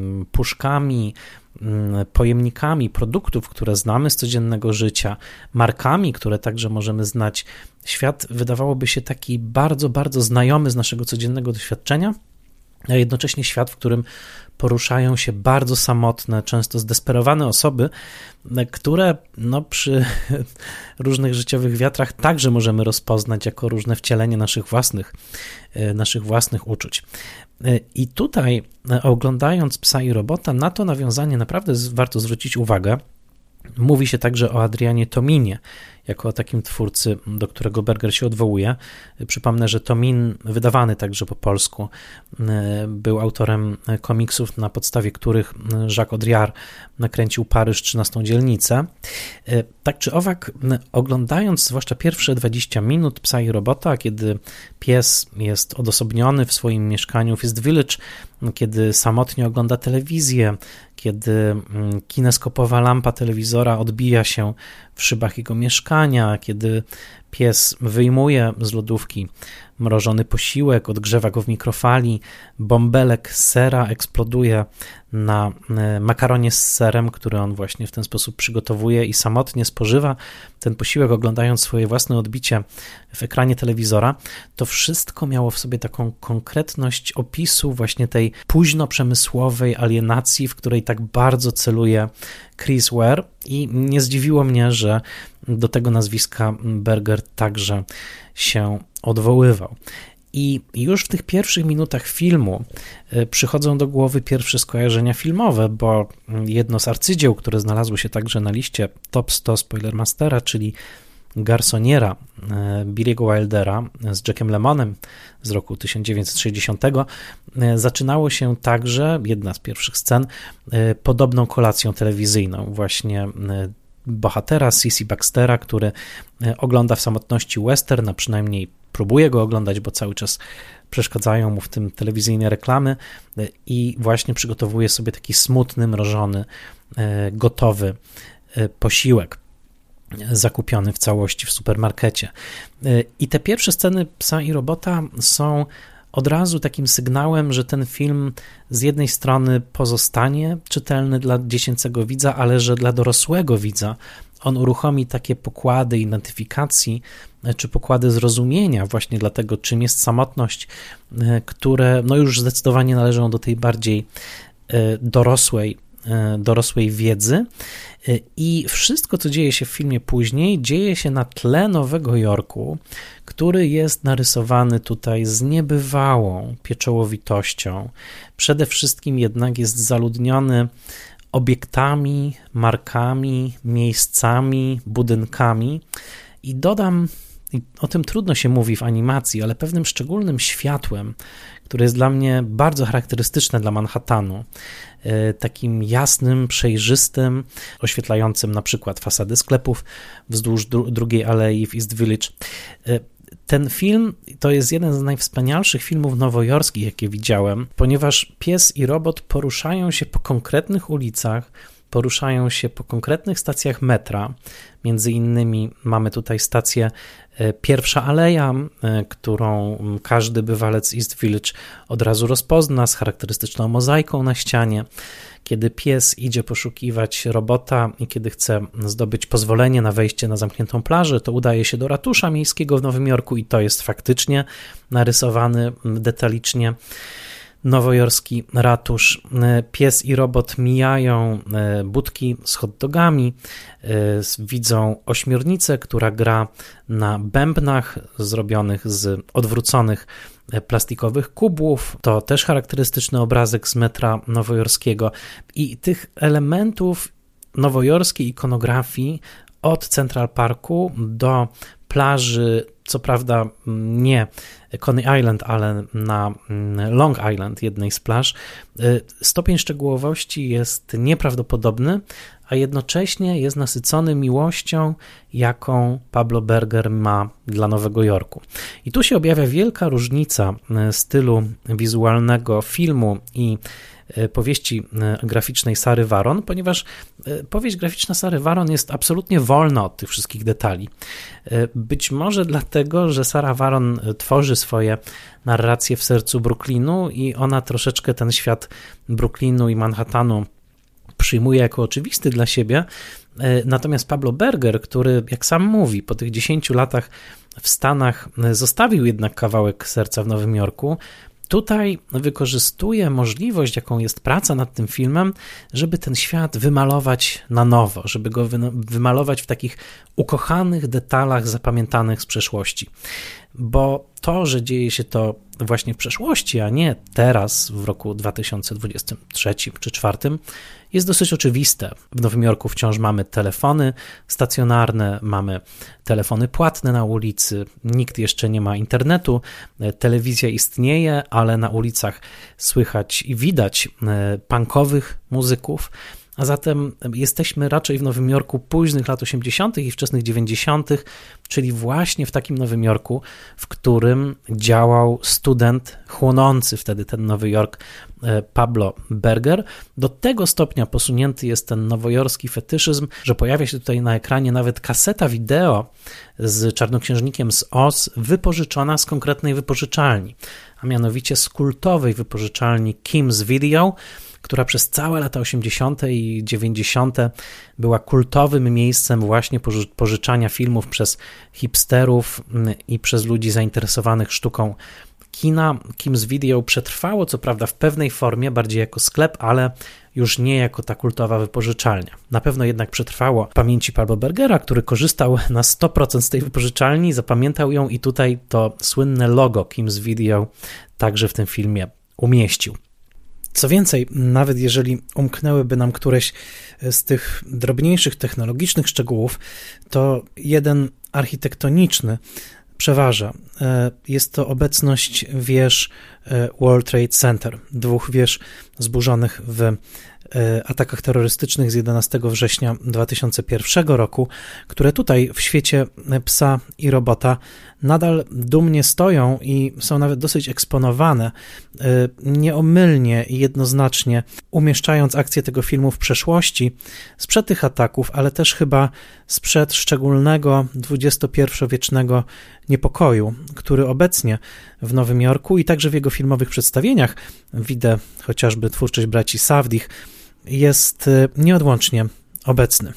puszkami, pojemnikami produktów, które znamy z codziennego życia, markami, które także możemy znać. Świat wydawałoby się taki bardzo, bardzo znajomy z naszego codziennego doświadczenia, a jednocześnie świat, w którym poruszają się bardzo samotne, często zdesperowane osoby, które no, przy różnych życiowych wiatrach także możemy rozpoznać jako różne wcielenie naszych własnych, naszych własnych uczuć. I tutaj, oglądając Psa i Robota, na to nawiązanie naprawdę warto zwrócić uwagę. Mówi się także o Adrianie Tominie, jako o takim twórcy, do którego Berger się odwołuje. Przypomnę, że Tomin, wydawany także po polsku, był autorem komiksów, na podstawie których Jacques Audiard nakręcił Paryż, trzynastą dzielnicę. Tak czy owak, oglądając zwłaszcza pierwsze dwadzieścia minut Psa i Robota, kiedy pies jest odosobniony w swoim mieszkaniu w East Village, kiedy samotnie ogląda telewizję, kiedy kineskopowa lampa telewizora odbija się w szybach jego mieszkania, kiedy pies wyjmuje z lodówki mrożony posiłek, odgrzewa go w mikrofali, bąbelek sera eksploduje na makaronie z serem, który on właśnie w ten sposób przygotowuje i samotnie spożywa ten posiłek, oglądając swoje własne odbicie w ekranie telewizora. To wszystko miało w sobie taką konkretność opisu właśnie tej późno przemysłowej alienacji, w której tak bardzo celuje Chris Ware i nie zdziwiło mnie, że do tego nazwiska Berger także się odwoływał. I już w tych pierwszych minutach filmu przychodzą do głowy pierwsze skojarzenia filmowe, bo jedno z arcydzieł, które znalazło się także na liście Top sto Spoilermastera, czyli Garsoniera Billy'ego Wildera z Jackiem Lemmonem z roku tysiąc dziewięćset sześćdziesiątego, zaczynało się także, jedna z pierwszych scen, podobną kolacją telewizyjną. Właśnie bohatera Sissy Baxtera, który ogląda w samotności western, a przynajmniej próbuje go oglądać, bo cały czas przeszkadzają mu w tym telewizyjne reklamy i właśnie przygotowuje sobie taki smutny, mrożony, gotowy posiłek zakupiony w całości w supermarkecie. I te pierwsze sceny Psa i Robota są od razu takim sygnałem, że ten film z jednej strony pozostanie czytelny dla dziecięcego widza, ale że dla dorosłego widza on uruchomi takie pokłady identyfikacji, czy pokłady zrozumienia właśnie dla tego, czym jest samotność, które no już zdecydowanie należą do tej bardziej dorosłej dorosłej wiedzy i wszystko, co dzieje się w filmie później, dzieje się na tle Nowego Jorku, który jest narysowany tutaj z niebywałą pieczołowitością. Przede wszystkim jednak jest zaludniony obiektami, markami, miejscami, budynkami i dodam, i o tym trudno się mówi w animacji, ale pewnym szczególnym światłem, które jest dla mnie bardzo charakterystyczne dla Manhattanu, takim jasnym, przejrzystym, oświetlającym na przykład fasady sklepów wzdłuż dru- drugiej alei w East Village. Ten film to jest jeden z najwspanialszych filmów nowojorskich, jakie widziałem, ponieważ pies i robot poruszają się po konkretnych ulicach, poruszają się po konkretnych stacjach metra. Między innymi mamy tutaj stację Pierwsza Aleja, którą każdy bywalec East Village od razu rozpozna z charakterystyczną mozaiką na ścianie. Kiedy pies idzie poszukiwać robota i kiedy chce zdobyć pozwolenie na wejście na zamkniętą plażę, to udaje się do ratusza miejskiego w Nowym Jorku i to jest faktycznie narysowany detalicznie nowojorski ratusz. Pies i robot mijają budki z hot dogami, widzą ośmiornicę, która gra na bębnach zrobionych z odwróconych plastikowych kubłów. To też charakterystyczny obrazek z metra nowojorskiego i tych elementów nowojorskiej ikonografii od Central Parku do plaży, co prawda nie Coney Island, ale na Long Island, jednej z plaż, stopień szczegółowości jest nieprawdopodobny, a jednocześnie jest nasycony miłością, jaką Pablo Berger ma dla Nowego Jorku. I tu się objawia wielka różnica stylu wizualnego filmu i powieści graficznej Sary Varon, ponieważ powieść graficzna Sary Varon jest absolutnie wolna od tych wszystkich detali. Być może dlatego, że Sara Varon tworzy swoje narracje w sercu Brooklynu i ona troszeczkę ten świat Brooklynu i Manhattanu przyjmuje jako oczywisty dla siebie, natomiast Pablo Berger, który, jak sam mówi, po tych dziesięciu latach w Stanach zostawił jednak kawałek serca w Nowym Jorku, tutaj wykorzystuje możliwość, jaką jest praca nad tym filmem, żeby ten świat wymalować na nowo, żeby go wymalować w takich ukochanych detalach zapamiętanych z przeszłości. Bo to, że dzieje się to właśnie w przeszłości, a nie teraz, w roku dwa tysiące dwudziestym trzecim czy dwa tysiące czwartym, jest dosyć oczywiste. W Nowym Jorku wciąż mamy telefony stacjonarne, mamy telefony płatne na ulicy, nikt jeszcze nie ma internetu, telewizja istnieje, ale na ulicach słychać i widać punkowych muzyków, a zatem jesteśmy raczej w Nowym Jorku późnych lat osiemdziesiątych i wczesnych dziewięćdziesiątych, czyli właśnie w takim Nowym Jorku, w którym działał student chłonący wtedy ten Nowy Jork Pablo Berger. Do tego stopnia posunięty jest ten nowojorski fetyszyzm, że pojawia się tutaj na ekranie nawet kaseta wideo z czarnoksiężnikiem z Oz, wypożyczona z konkretnej wypożyczalni, a mianowicie z kultowej wypożyczalni Kim's Video, która przez całe lata osiemdziesiąte i dziewięćdziesiąte była kultowym miejscem właśnie pożyczania filmów przez hipsterów i przez ludzi zainteresowanych sztuką kina. Kim's Video przetrwało co prawda w pewnej formie, bardziej jako sklep, ale już nie jako ta kultowa wypożyczalnia. Na pewno jednak przetrwało w pamięci Pablo Bergera, który korzystał na sto procent z tej wypożyczalni, zapamiętał ją i tutaj to słynne logo Kim's Video także w tym filmie umieścił. Co więcej, nawet jeżeli umknęłyby nam któreś z tych drobniejszych technologicznych szczegółów, to jeden architektoniczny przeważa. Jest to obecność wież World Trade Center, dwóch wież zburzonych w atakach terrorystycznych z jedenastego września dwa tysiące pierwszego roku, które tutaj w świecie psa i robota nadal dumnie stoją i są nawet dosyć eksponowane, nieomylnie i jednoznacznie umieszczając akcję tego filmu w przeszłości, sprzed tych ataków, ale też chyba sprzed szczególnego dwudziestopierwowiecznego niepokoju, który obecnie w Nowym Jorku i także w jego filmowych przedstawieniach, widzę chociażby twórczość braci Safdich, jest nieodłącznie obecny.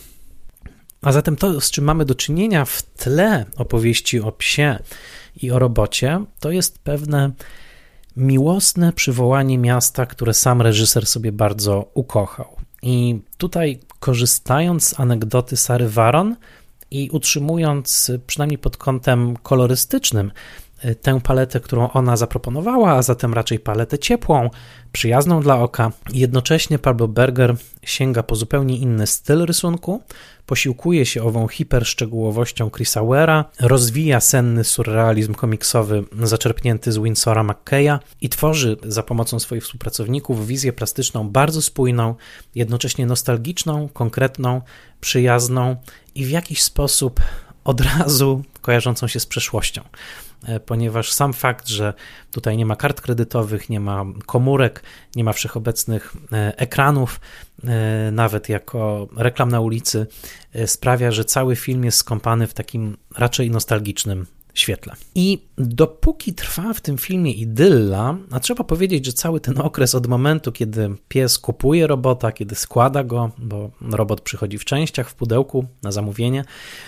A zatem to, z czym mamy do czynienia w tle opowieści o psie i o robocie, to jest pewne miłosne przywołanie miasta, które sam reżyser sobie bardzo ukochał. I tutaj, korzystając z anegdoty Sary Varon i utrzymując przynajmniej pod kątem kolorystycznym tę paletę, którą ona zaproponowała, a zatem raczej paletę ciepłą, przyjazną dla oka, jednocześnie Pablo Berger sięga po zupełnie inny styl rysunku, posiłkuje się ową hiperszczegółowością Chrisa Ware'a, rozwija senny surrealizm komiksowy zaczerpnięty z Winsora McKeya i tworzy za pomocą swoich współpracowników wizję plastyczną bardzo spójną, jednocześnie nostalgiczną, konkretną, przyjazną i w jakiś sposób od razu kojarzącą się z przeszłością. Ponieważ sam fakt, że tutaj nie ma kart kredytowych, nie ma komórek, nie ma wszechobecnych ekranów, nawet jako reklam na ulicy, sprawia, że cały film jest skąpany w takim raczej nostalgicznym świetle. I dopóki trwa w tym filmie idylla, a trzeba powiedzieć, że cały ten okres od momentu, kiedy pies kupuje robota, kiedy składa go, bo robot przychodzi w częściach, w pudełku na zamówienie,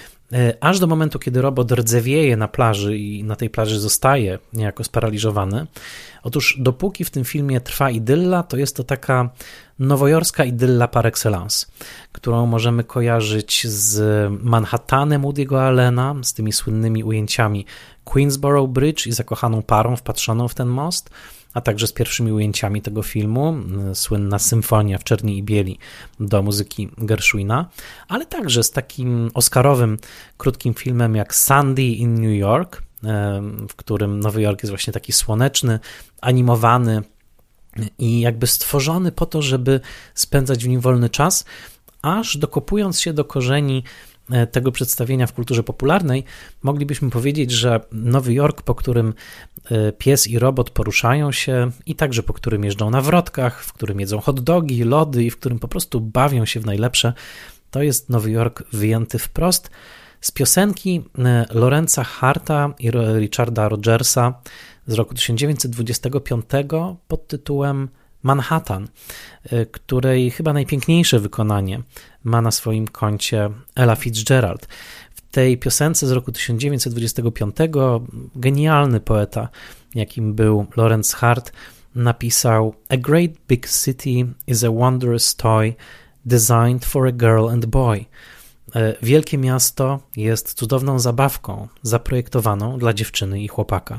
aż do momentu, kiedy robot rdzewieje na plaży i na tej plaży zostaje niejako sparaliżowany. Otóż dopóki w tym filmie trwa idylla, to jest to taka nowojorska idylla par excellence, którą możemy kojarzyć z Manhattanem Woody'ego Allena, z tymi słynnymi ujęciami Queensboro Bridge i zakochaną parą wpatrzoną w ten most, a także z pierwszymi ujęciami tego filmu, słynna symfonia w czerni i bieli do muzyki Gershwina, ale także z takim oscarowym krótkim filmem jak Sandy in New York, w którym Nowy Jork jest właśnie taki słoneczny, animowany i jakby stworzony po to, żeby spędzać w nim wolny czas, aż dokopując się do korzeni tego przedstawienia w kulturze popularnej, moglibyśmy powiedzieć, że Nowy Jork, po którym pies i robot poruszają się i także po którym jeżdżą na wrotkach, w którym jedzą hot dogi, lody i w którym po prostu bawią się w najlepsze, to jest Nowy Jork wyjęty wprost z piosenki Lorenza Harta i Richarda Rogersa z roku tysiąc dziewięćset dwudziestego piątego pod tytułem Manhattan, której chyba najpiękniejsze wykonanie ma na swoim koncie Ella Fitzgerald. W tej piosence z roku tysiąc dziewięćset dwudziestego piątego genialny poeta, jakim był Lorenz Hart, napisał: A great big city is a wondrous toy designed for a girl and boy. Wielkie miasto jest cudowną zabawką zaprojektowaną dla dziewczyny i chłopaka.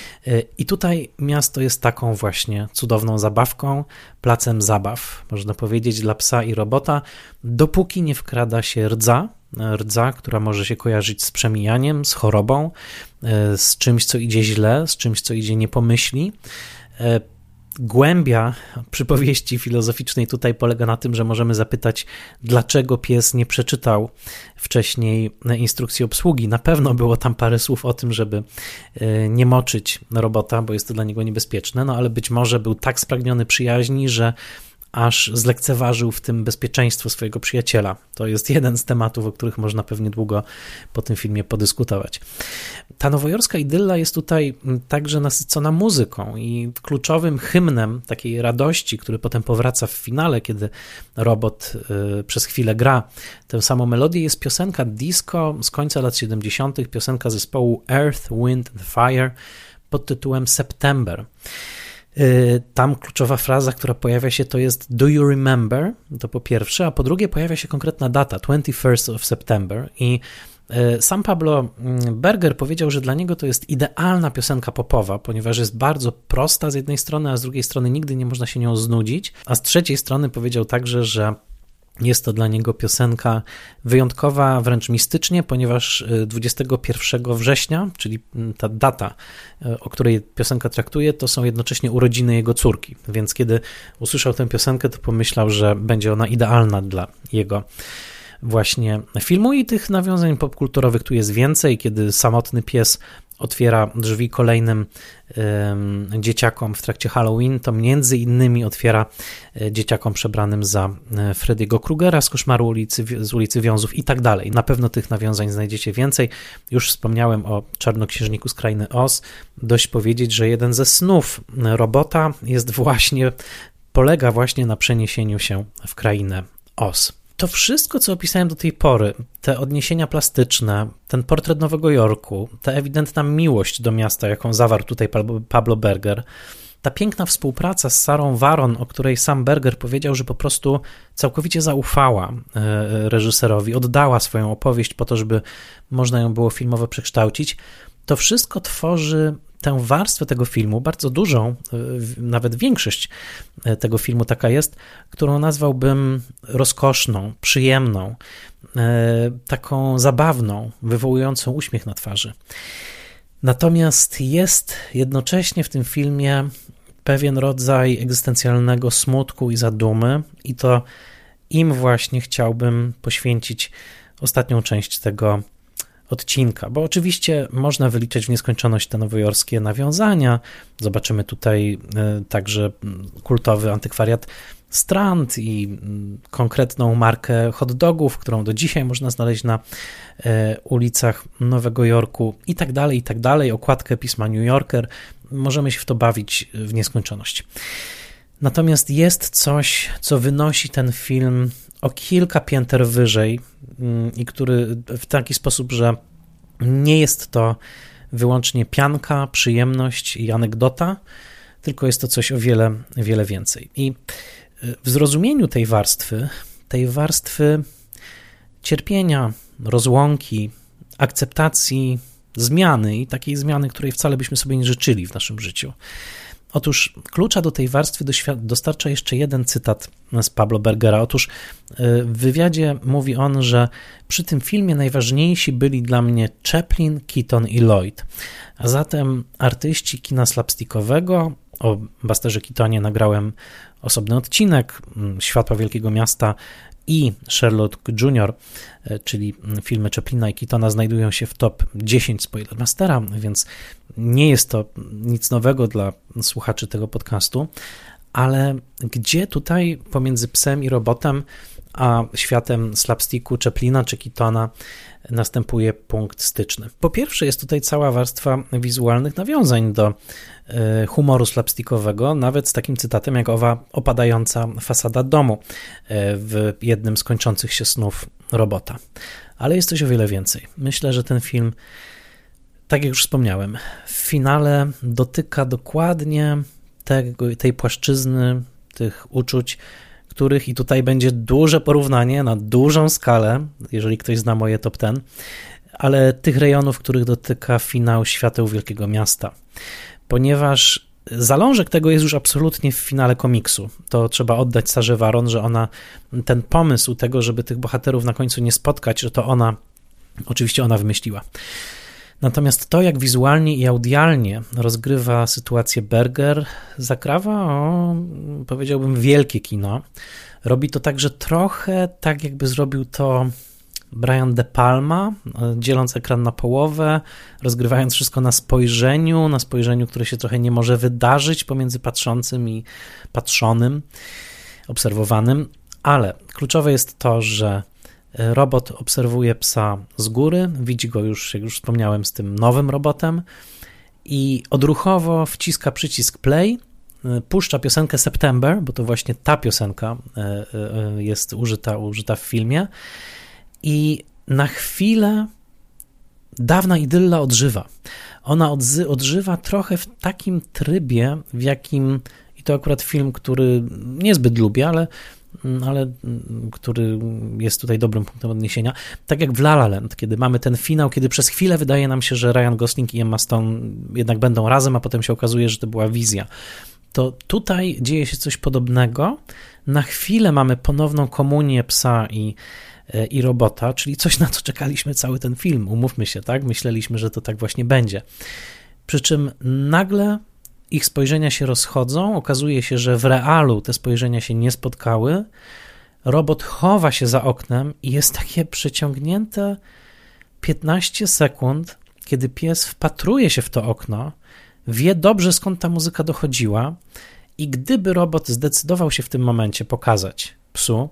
I tutaj miasto jest taką właśnie cudowną zabawką, placem zabaw, można powiedzieć, dla psa i robota, dopóki nie wkrada się rdza, rdza, która może się kojarzyć z przemijaniem, z chorobą, z czymś, co idzie źle, z czymś, co idzie nie po myśli. Głębia przypowieści filozoficznej tutaj polega na tym, że możemy zapytać, dlaczego pies nie przeczytał wcześniej instrukcji obsługi. Na pewno było tam parę słów o tym, żeby nie moczyć robota, bo jest to dla niego niebezpieczne, no ale być może był tak spragniony przyjaźni, że aż zlekceważył w tym bezpieczeństwo swojego przyjaciela. To jest jeden z tematów, o których można pewnie długo po tym filmie podyskutować. Ta nowojorska idylla jest tutaj także nasycona muzyką i kluczowym hymnem takiej radości, który potem powraca w finale, kiedy robot y, przez chwilę gra tę samą melodię, jest piosenka disco z końca lat siedemdziesiątych, piosenka zespołu Earth, Wind and Fire pod tytułem September. Tam kluczowa fraza, która pojawia się, to jest do you remember, to po pierwsze, a po drugie pojawia się konkretna data, twenty-first of September i sam Pablo Berger powiedział, że dla niego to jest idealna piosenka popowa, ponieważ jest bardzo prosta z jednej strony, a z drugiej strony nigdy nie można się nią znudzić, a z trzeciej strony powiedział także, że jest to dla niego piosenka wyjątkowa, wręcz mistycznie, ponieważ dwudziestego pierwszego września, czyli ta data, o której piosenka traktuje, to są jednocześnie urodziny jego córki. Więc kiedy usłyszał tę piosenkę, to pomyślał, że będzie ona idealna dla jego właśnie filmu i tych nawiązań popkulturowych tu jest więcej, kiedy samotny pies otwiera drzwi kolejnym y, dzieciakom w trakcie Halloween, to między innymi otwiera y, dzieciakom przebranym za y, Freddy'ego Krugera z Koszmaru ulicy, z ulicy Wiązów i tak dalej. Na pewno tych nawiązań znajdziecie więcej. Już wspomniałem o Czarnoksiężniku z Krainy Oz. Dość powiedzieć, że jeden ze snów robota jest właśnie, polega właśnie na przeniesieniu się w Krainę Oz. To wszystko, co opisałem do tej pory, te odniesienia plastyczne, ten portret Nowego Jorku, ta ewidentna miłość do miasta, jaką zawarł tutaj Pablo Berger, ta piękna współpraca z Sarą Varon, o której sam Berger powiedział, że po prostu całkowicie zaufała reżyserowi, oddała swoją opowieść po to, żeby można ją było filmowo przekształcić, to wszystko tworzy tę warstwę tego filmu, bardzo dużą, nawet większość tego filmu taka jest, którą nazwałbym rozkoszną, przyjemną, taką zabawną, wywołującą uśmiech na twarzy. Natomiast jest jednocześnie w tym filmie pewien rodzaj egzystencjalnego smutku i zadumy i to im właśnie chciałbym poświęcić ostatnią część tego odcinka, bo oczywiście można wyliczać w nieskończoność te nowojorskie nawiązania. Zobaczymy tutaj także kultowy antykwariat Strand i konkretną markę hot dogów, którą do dzisiaj można znaleźć na ulicach Nowego Jorku i tak dalej, i tak dalej. Okładkę pisma New Yorker. Możemy się w to bawić w nieskończoność. Natomiast jest coś, co wynosi ten film o kilka pięter wyżej i który w taki sposób, że nie jest to wyłącznie pianka, przyjemność i anegdota, tylko jest to coś o wiele, wiele więcej. I w zrozumieniu tej warstwy, tej warstwy cierpienia, rozłąki, akceptacji, zmiany i takiej zmiany, której wcale byśmy sobie nie życzyli w naszym życiu. Otóż klucza do tej warstwy dostarcza jeszcze jeden cytat z Pablo Bergera. Otóż w wywiadzie mówi on, że przy tym filmie najważniejsi byli dla mnie Chaplin, Keaton i Lloyd. A zatem artyści kina slapstickowego, o Busterze Keatonie nagrałem osobny odcinek, Światła Wielkiego Miasta i Sherlock junior, czyli filmy Chaplina i Keatona znajdują się w top dziesięć Spoilermastera, więc nie jest to nic nowego dla słuchaczy tego podcastu, ale gdzie tutaj pomiędzy Psem i Robotem a światem slapsticku Chaplina czy Keatona następuje punkt styczny. Po pierwsze jest tutaj cała warstwa wizualnych nawiązań do humoru slapstickowego, nawet z takim cytatem jak owa opadająca fasada domu w jednym z kończących się snów Robota. Ale jest coś o wiele więcej. Myślę, że ten film, tak jak już wspomniałem, w finale dotyka dokładnie tego, tej płaszczyzny, tych uczuć, których, i tutaj będzie duże porównanie na dużą skalę, jeżeli ktoś zna moje top dziesięć, ale tych rejonów, których dotyka finał Świateł Wielkiego Miasta. Ponieważ zalążek tego jest już absolutnie w finale komiksu. To trzeba oddać Sarze Varon, że ona, ten pomysł tego, żeby tych bohaterów na końcu nie spotkać, że to ona, oczywiście ona wymyśliła. Natomiast to, jak wizualnie i audialnie rozgrywa sytuację Berger, zakrawa o, powiedziałbym, wielkie kino. Robi to także trochę tak, jakby zrobił to Brian De Palma, dzieląc ekran na połowę, rozgrywając wszystko na spojrzeniu, na spojrzeniu, które się trochę nie może wydarzyć pomiędzy patrzącym i patrzonym, obserwowanym, ale kluczowe jest to, że robot obserwuje psa z góry, widzi go już, jak już wspomniałem, z tym nowym robotem i odruchowo wciska przycisk play, puszcza piosenkę September, bo to właśnie ta piosenka jest użyta, użyta w filmie i na chwilę dawna idylla odżywa. Ona odzy- odżywa trochę w takim trybie, w jakim, i to akurat film, który niezbyt lubię, ale ale który jest tutaj dobrym punktem odniesienia, tak jak w La La Land, kiedy mamy ten finał, kiedy przez chwilę wydaje nam się, że Ryan Gosling i Emma Stone jednak będą razem, a potem się okazuje, że to była wizja. To tutaj dzieje się coś podobnego. Na chwilę mamy ponowną komunię psa i, i robota, czyli coś, na co czekaliśmy cały ten film. Umówmy się, tak? Myśleliśmy, że to tak właśnie będzie. Przy czym nagle ich spojrzenia się rozchodzą, okazuje się, że w realu te spojrzenia się nie spotkały, robot chowa się za oknem i jest takie przeciągnięte piętnaście sekund, kiedy pies wpatruje się w to okno, wie dobrze, skąd ta muzyka dochodziła i gdyby robot zdecydował się w tym momencie pokazać psu,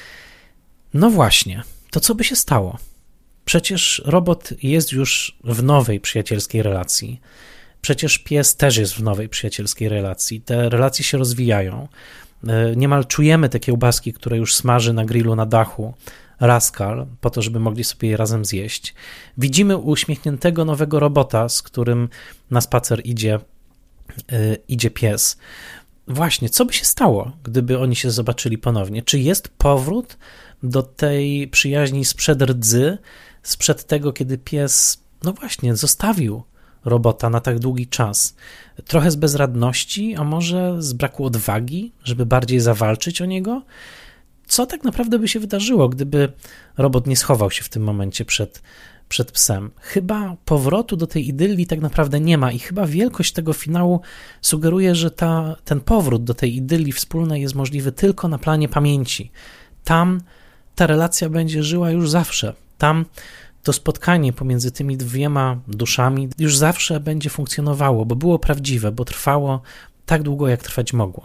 no właśnie, to co by się stało? Przecież robot jest już w nowej przyjacielskiej relacji. Przecież pies też jest w nowej przyjacielskiej relacji. Te relacje się rozwijają. Niemal czujemy te kiełbaski, które już smaży na grillu na dachu Rascal, po to, żeby mogli sobie je razem zjeść. Widzimy uśmiechniętego nowego robota, z którym na spacer idzie yy, idzie pies. Właśnie, co by się stało, gdyby oni się zobaczyli ponownie? Czy jest powrót do tej przyjaźni sprzed rdzy, sprzed tego, kiedy pies, no właśnie, zostawił robota na tak długi czas? Trochę z bezradności, a może z braku odwagi, żeby bardziej zawalczyć o niego? Co tak naprawdę by się wydarzyło, gdyby robot nie schował się w tym momencie przed, przed psem? Chyba powrotu do tej idylii tak naprawdę nie ma i chyba wielkość tego finału sugeruje, że ta, ten powrót do tej idylii wspólnej jest możliwy tylko na planie pamięci. Tam ta relacja będzie żyła już zawsze. Tam to spotkanie pomiędzy tymi dwiema duszami już zawsze będzie funkcjonowało, bo było prawdziwe, bo trwało tak długo, jak trwać mogło.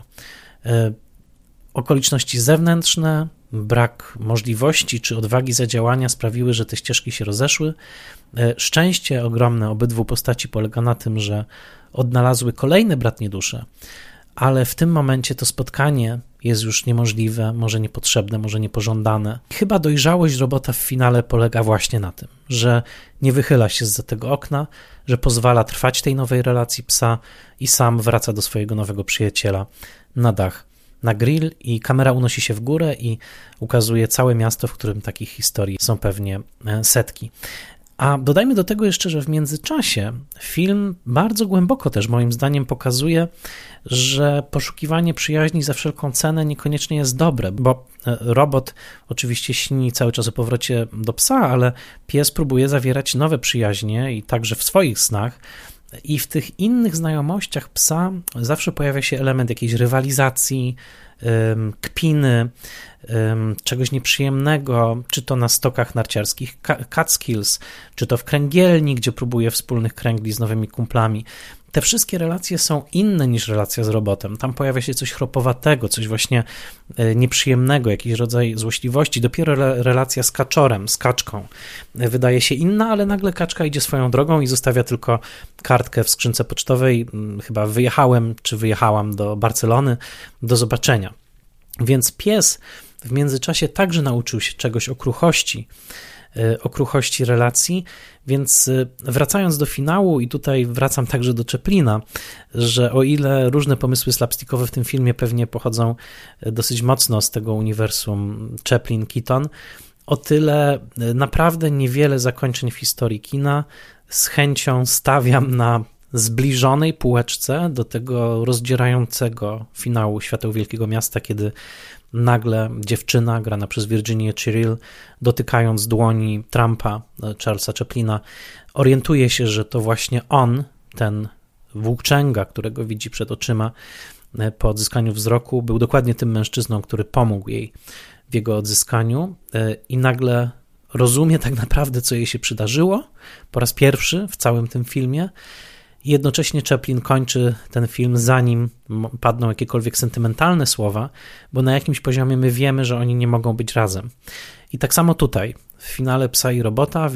Okoliczności zewnętrzne, brak możliwości czy odwagi zadziałania sprawiły, że te ścieżki się rozeszły. Szczęście ogromne obydwu postaci polega na tym, że odnalazły kolejne bratnie dusze, ale w tym momencie to spotkanie jest już niemożliwe, może niepotrzebne, może niepożądane. Chyba dojrzałość robota w finale polega właśnie na tym, że nie wychyla się zza tego okna, że pozwala trwać tej nowej relacji psa i sam wraca do swojego nowego przyjaciela na dach, na grill, i kamera unosi się w górę i ukazuje całe miasto, w którym takich historii są pewnie setki. A dodajmy do tego jeszcze, że w międzyczasie film bardzo głęboko też moim zdaniem pokazuje, że poszukiwanie przyjaźni za wszelką cenę niekoniecznie jest dobre, bo robot oczywiście śni cały czas o powrocie do psa, ale pies próbuje zawierać nowe przyjaźnie i także w swoich snach. I w tych innych znajomościach psa zawsze pojawia się element jakiejś rywalizacji, kpiny, czegoś nieprzyjemnego, czy to na stokach narciarskich Catskills, czy to w kręgielni, gdzie próbuje wspólnych kręgli z nowymi kumplami. Te wszystkie relacje są inne niż relacja z robotem. Tam pojawia się coś chropowatego, coś właśnie nieprzyjemnego, jakiś rodzaj złośliwości. Dopiero relacja z kaczorem, z kaczką wydaje się inna, ale nagle kaczka idzie swoją drogą i zostawia tylko kartkę w skrzynce pocztowej. Chyba wyjechałem, czy wyjechałam do Barcelony, do zobaczenia. Więc pies w międzyczasie także nauczył się czegoś o kruchości, o kruchości relacji, więc wracając do finału, i tutaj wracam także do Chaplina, że o ile różne pomysły slapstickowe w tym filmie pewnie pochodzą dosyć mocno z tego uniwersum Chaplin-Keaton, o tyle naprawdę niewiele zakończeń w historii kina z chęcią stawiam na zbliżonej półeczce do tego rozdzierającego finału Świateł Wielkiego Miasta, kiedy nagle dziewczyna grana przez Virginię Chiril, dotykając dłoni Trumpa, Charlesa Chaplina, orientuje się, że to właśnie on, ten włóczęga, którego widzi przed oczyma po odzyskaniu wzroku, był dokładnie tym mężczyzną, który pomógł jej w jego odzyskaniu, i nagle rozumie tak naprawdę, co jej się przydarzyło po raz pierwszy w całym tym filmie. I jednocześnie Chaplin kończy ten film, zanim padną jakiekolwiek sentymentalne słowa, bo na jakimś poziomie my wiemy, że oni nie mogą być razem. I tak samo tutaj, w finale Psa i Robota,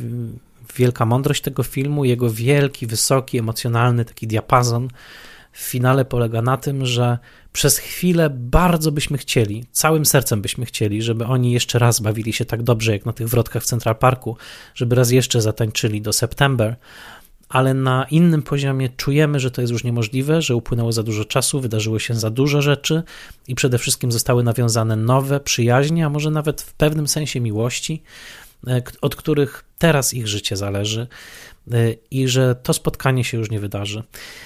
wielka mądrość tego filmu, jego wielki, wysoki, emocjonalny taki diapazon w finale polega na tym, że przez chwilę bardzo byśmy chcieli, całym sercem byśmy chcieli, żeby oni jeszcze raz bawili się tak dobrze, jak na tych wrotkach w Central Parku, żeby raz jeszcze zatańczyli do September, ale na innym poziomie czujemy, że to jest już niemożliwe, że upłynęło za dużo czasu, wydarzyło się za dużo rzeczy i przede wszystkim zostały nawiązane nowe przyjaźnie, a może nawet w pewnym sensie miłości, od których teraz ich życie zależy, i że to spotkanie się już nie wydarzy.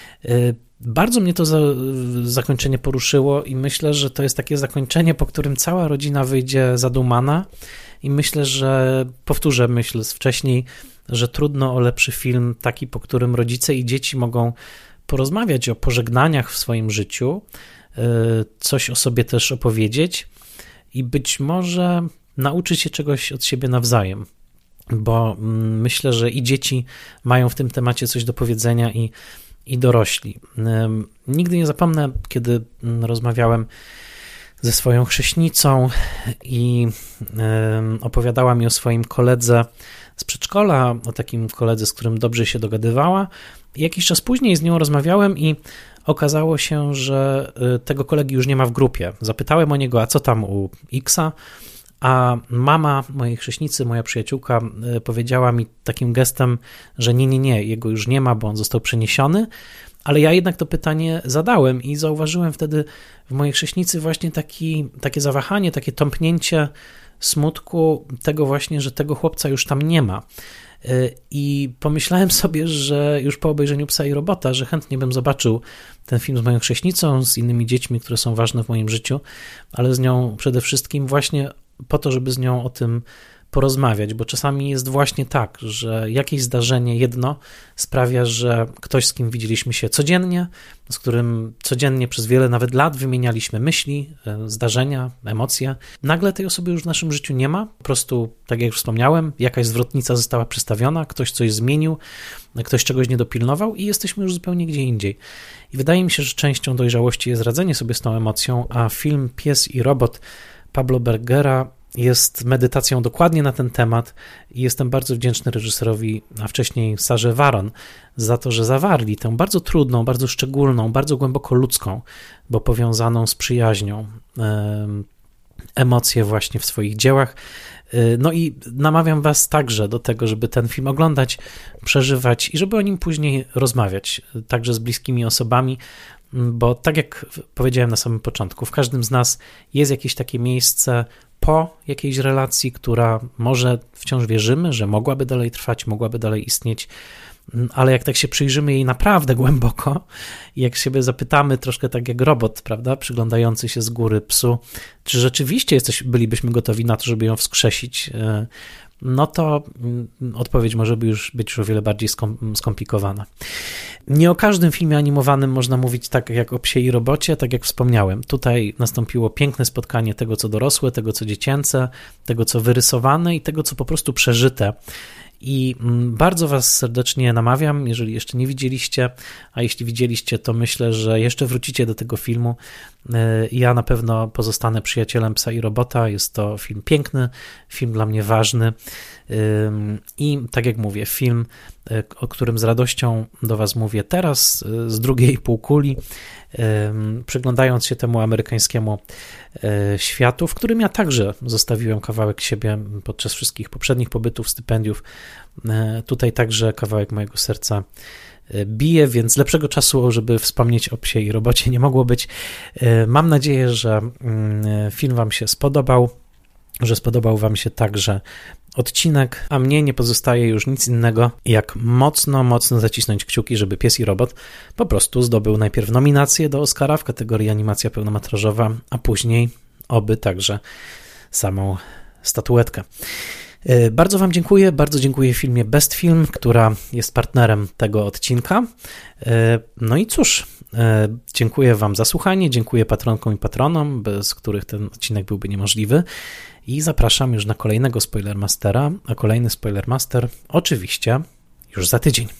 Bardzo mnie to za, zakończenie poruszyło i myślę, że to jest takie zakończenie, po którym cała rodzina wyjdzie zadumana, i myślę, że powtórzę myśl z wcześniej, że trudno o lepszy film, taki, po którym rodzice i dzieci mogą porozmawiać o pożegnaniach w swoim życiu, coś o sobie też opowiedzieć i być może nauczyć się czegoś od siebie nawzajem, bo myślę, że i dzieci mają w tym temacie coś do powiedzenia, i, i dorośli. Nigdy nie zapomnę, kiedy rozmawiałem ze swoją chrześnicą i opowiadała mi o swoim koledze z przedszkola, o takim koledze, z którym dobrze się dogadywała. I jakiś czas później z nią rozmawiałem i okazało się, że tego kolegi już nie ma w grupie. Zapytałem o niego, a co tam u Xa? A mama mojej chrześnicy, moja przyjaciółka, powiedziała mi takim gestem, że nie, nie, nie, jego już nie ma, bo on został przeniesiony. Ale ja jednak to pytanie zadałem i zauważyłem wtedy w mojej chrześnicy właśnie taki, takie zawahanie, takie tąpnięcie smutku tego właśnie, że tego chłopca już tam nie ma. I pomyślałem sobie, że już po obejrzeniu Psa i Robota, że chętnie bym zobaczył ten film z moją chrześnicą, z innymi dziećmi, które są ważne w moim życiu, ale z nią przede wszystkim właśnie po to, żeby z nią o tym porozmawiać, bo czasami jest właśnie tak, że jakieś zdarzenie jedno sprawia, że ktoś, z kim widzieliśmy się codziennie, z którym codziennie przez wiele nawet lat wymienialiśmy myśli, zdarzenia, emocje, nagle tej osoby już w naszym życiu nie ma, po prostu, tak jak już wspomniałem, jakaś zwrotnica została przestawiona, ktoś coś zmienił, ktoś czegoś nie dopilnował i jesteśmy już zupełnie gdzie indziej. I wydaje mi się, że częścią dojrzałości jest radzenie sobie z tą emocją, a film Pies i Robot Pablo Bergera jest medytacją dokładnie na ten temat i jestem bardzo wdzięczny reżyserowi, a wcześniej Sarze Varon, za to, że zawarli tę bardzo trudną, bardzo szczególną, bardzo głęboko ludzką, bo powiązaną z przyjaźnią emocje właśnie w swoich dziełach. No i namawiam was także do tego, żeby ten film oglądać, przeżywać i żeby o nim później rozmawiać, także z bliskimi osobami, bo tak jak powiedziałem na samym początku, w każdym z nas jest jakieś takie miejsce po jakiejś relacji, która może wciąż wierzymy, że mogłaby dalej trwać, mogłaby dalej istnieć, ale jak tak się przyjrzymy jej naprawdę głęboko i jak siebie zapytamy troszkę tak jak robot, prawda, przyglądający się z góry psu, czy rzeczywiście jesteś, bylibyśmy gotowi na to, żeby ją wskrzesić, no to odpowiedź może by już być już o wiele bardziej skomplikowana. Nie o każdym filmie animowanym można mówić tak jak o Psie i Robocie, tak jak wspomniałem. Tutaj nastąpiło piękne spotkanie tego, co dorosłe, tego, co dziecięce, tego, co wyrysowane i tego, co po prostu przeżyte. I bardzo was serdecznie namawiam, jeżeli jeszcze nie widzieliście, a jeśli widzieliście, to myślę, że jeszcze wrócicie do tego filmu. Ja na pewno pozostanę przyjacielem Psa i Robota. Jest to film piękny, film dla mnie ważny i tak jak mówię, film, o którym z radością do was mówię teraz, z drugiej półkuli, przyglądając się temu amerykańskiemu światu, w którym ja także zostawiłem kawałek siebie podczas wszystkich poprzednich pobytów, stypendiów. Tutaj także kawałek mojego serca bije, więc lepszego czasu, żeby wspomnieć o Psie i Robocie nie mogło być. Mam nadzieję, że film wam się spodobał, że spodobał wam się także odcinek, a mnie nie pozostaje już nic innego, jak mocno, mocno zacisnąć kciuki, żeby Pies i Robot po prostu zdobył najpierw nominację do Oscara w kategorii animacja pełnometrażowa, a później oby także samą statuetkę. Bardzo wam dziękuję, bardzo dziękuję filmie Best Film, która jest partnerem tego odcinka. No i cóż, dziękuję wam za słuchanie, dziękuję patronkom i patronom, bez których ten odcinek byłby niemożliwy i zapraszam już na kolejnego Spoilermastera, a kolejny Spoilermaster oczywiście już za tydzień.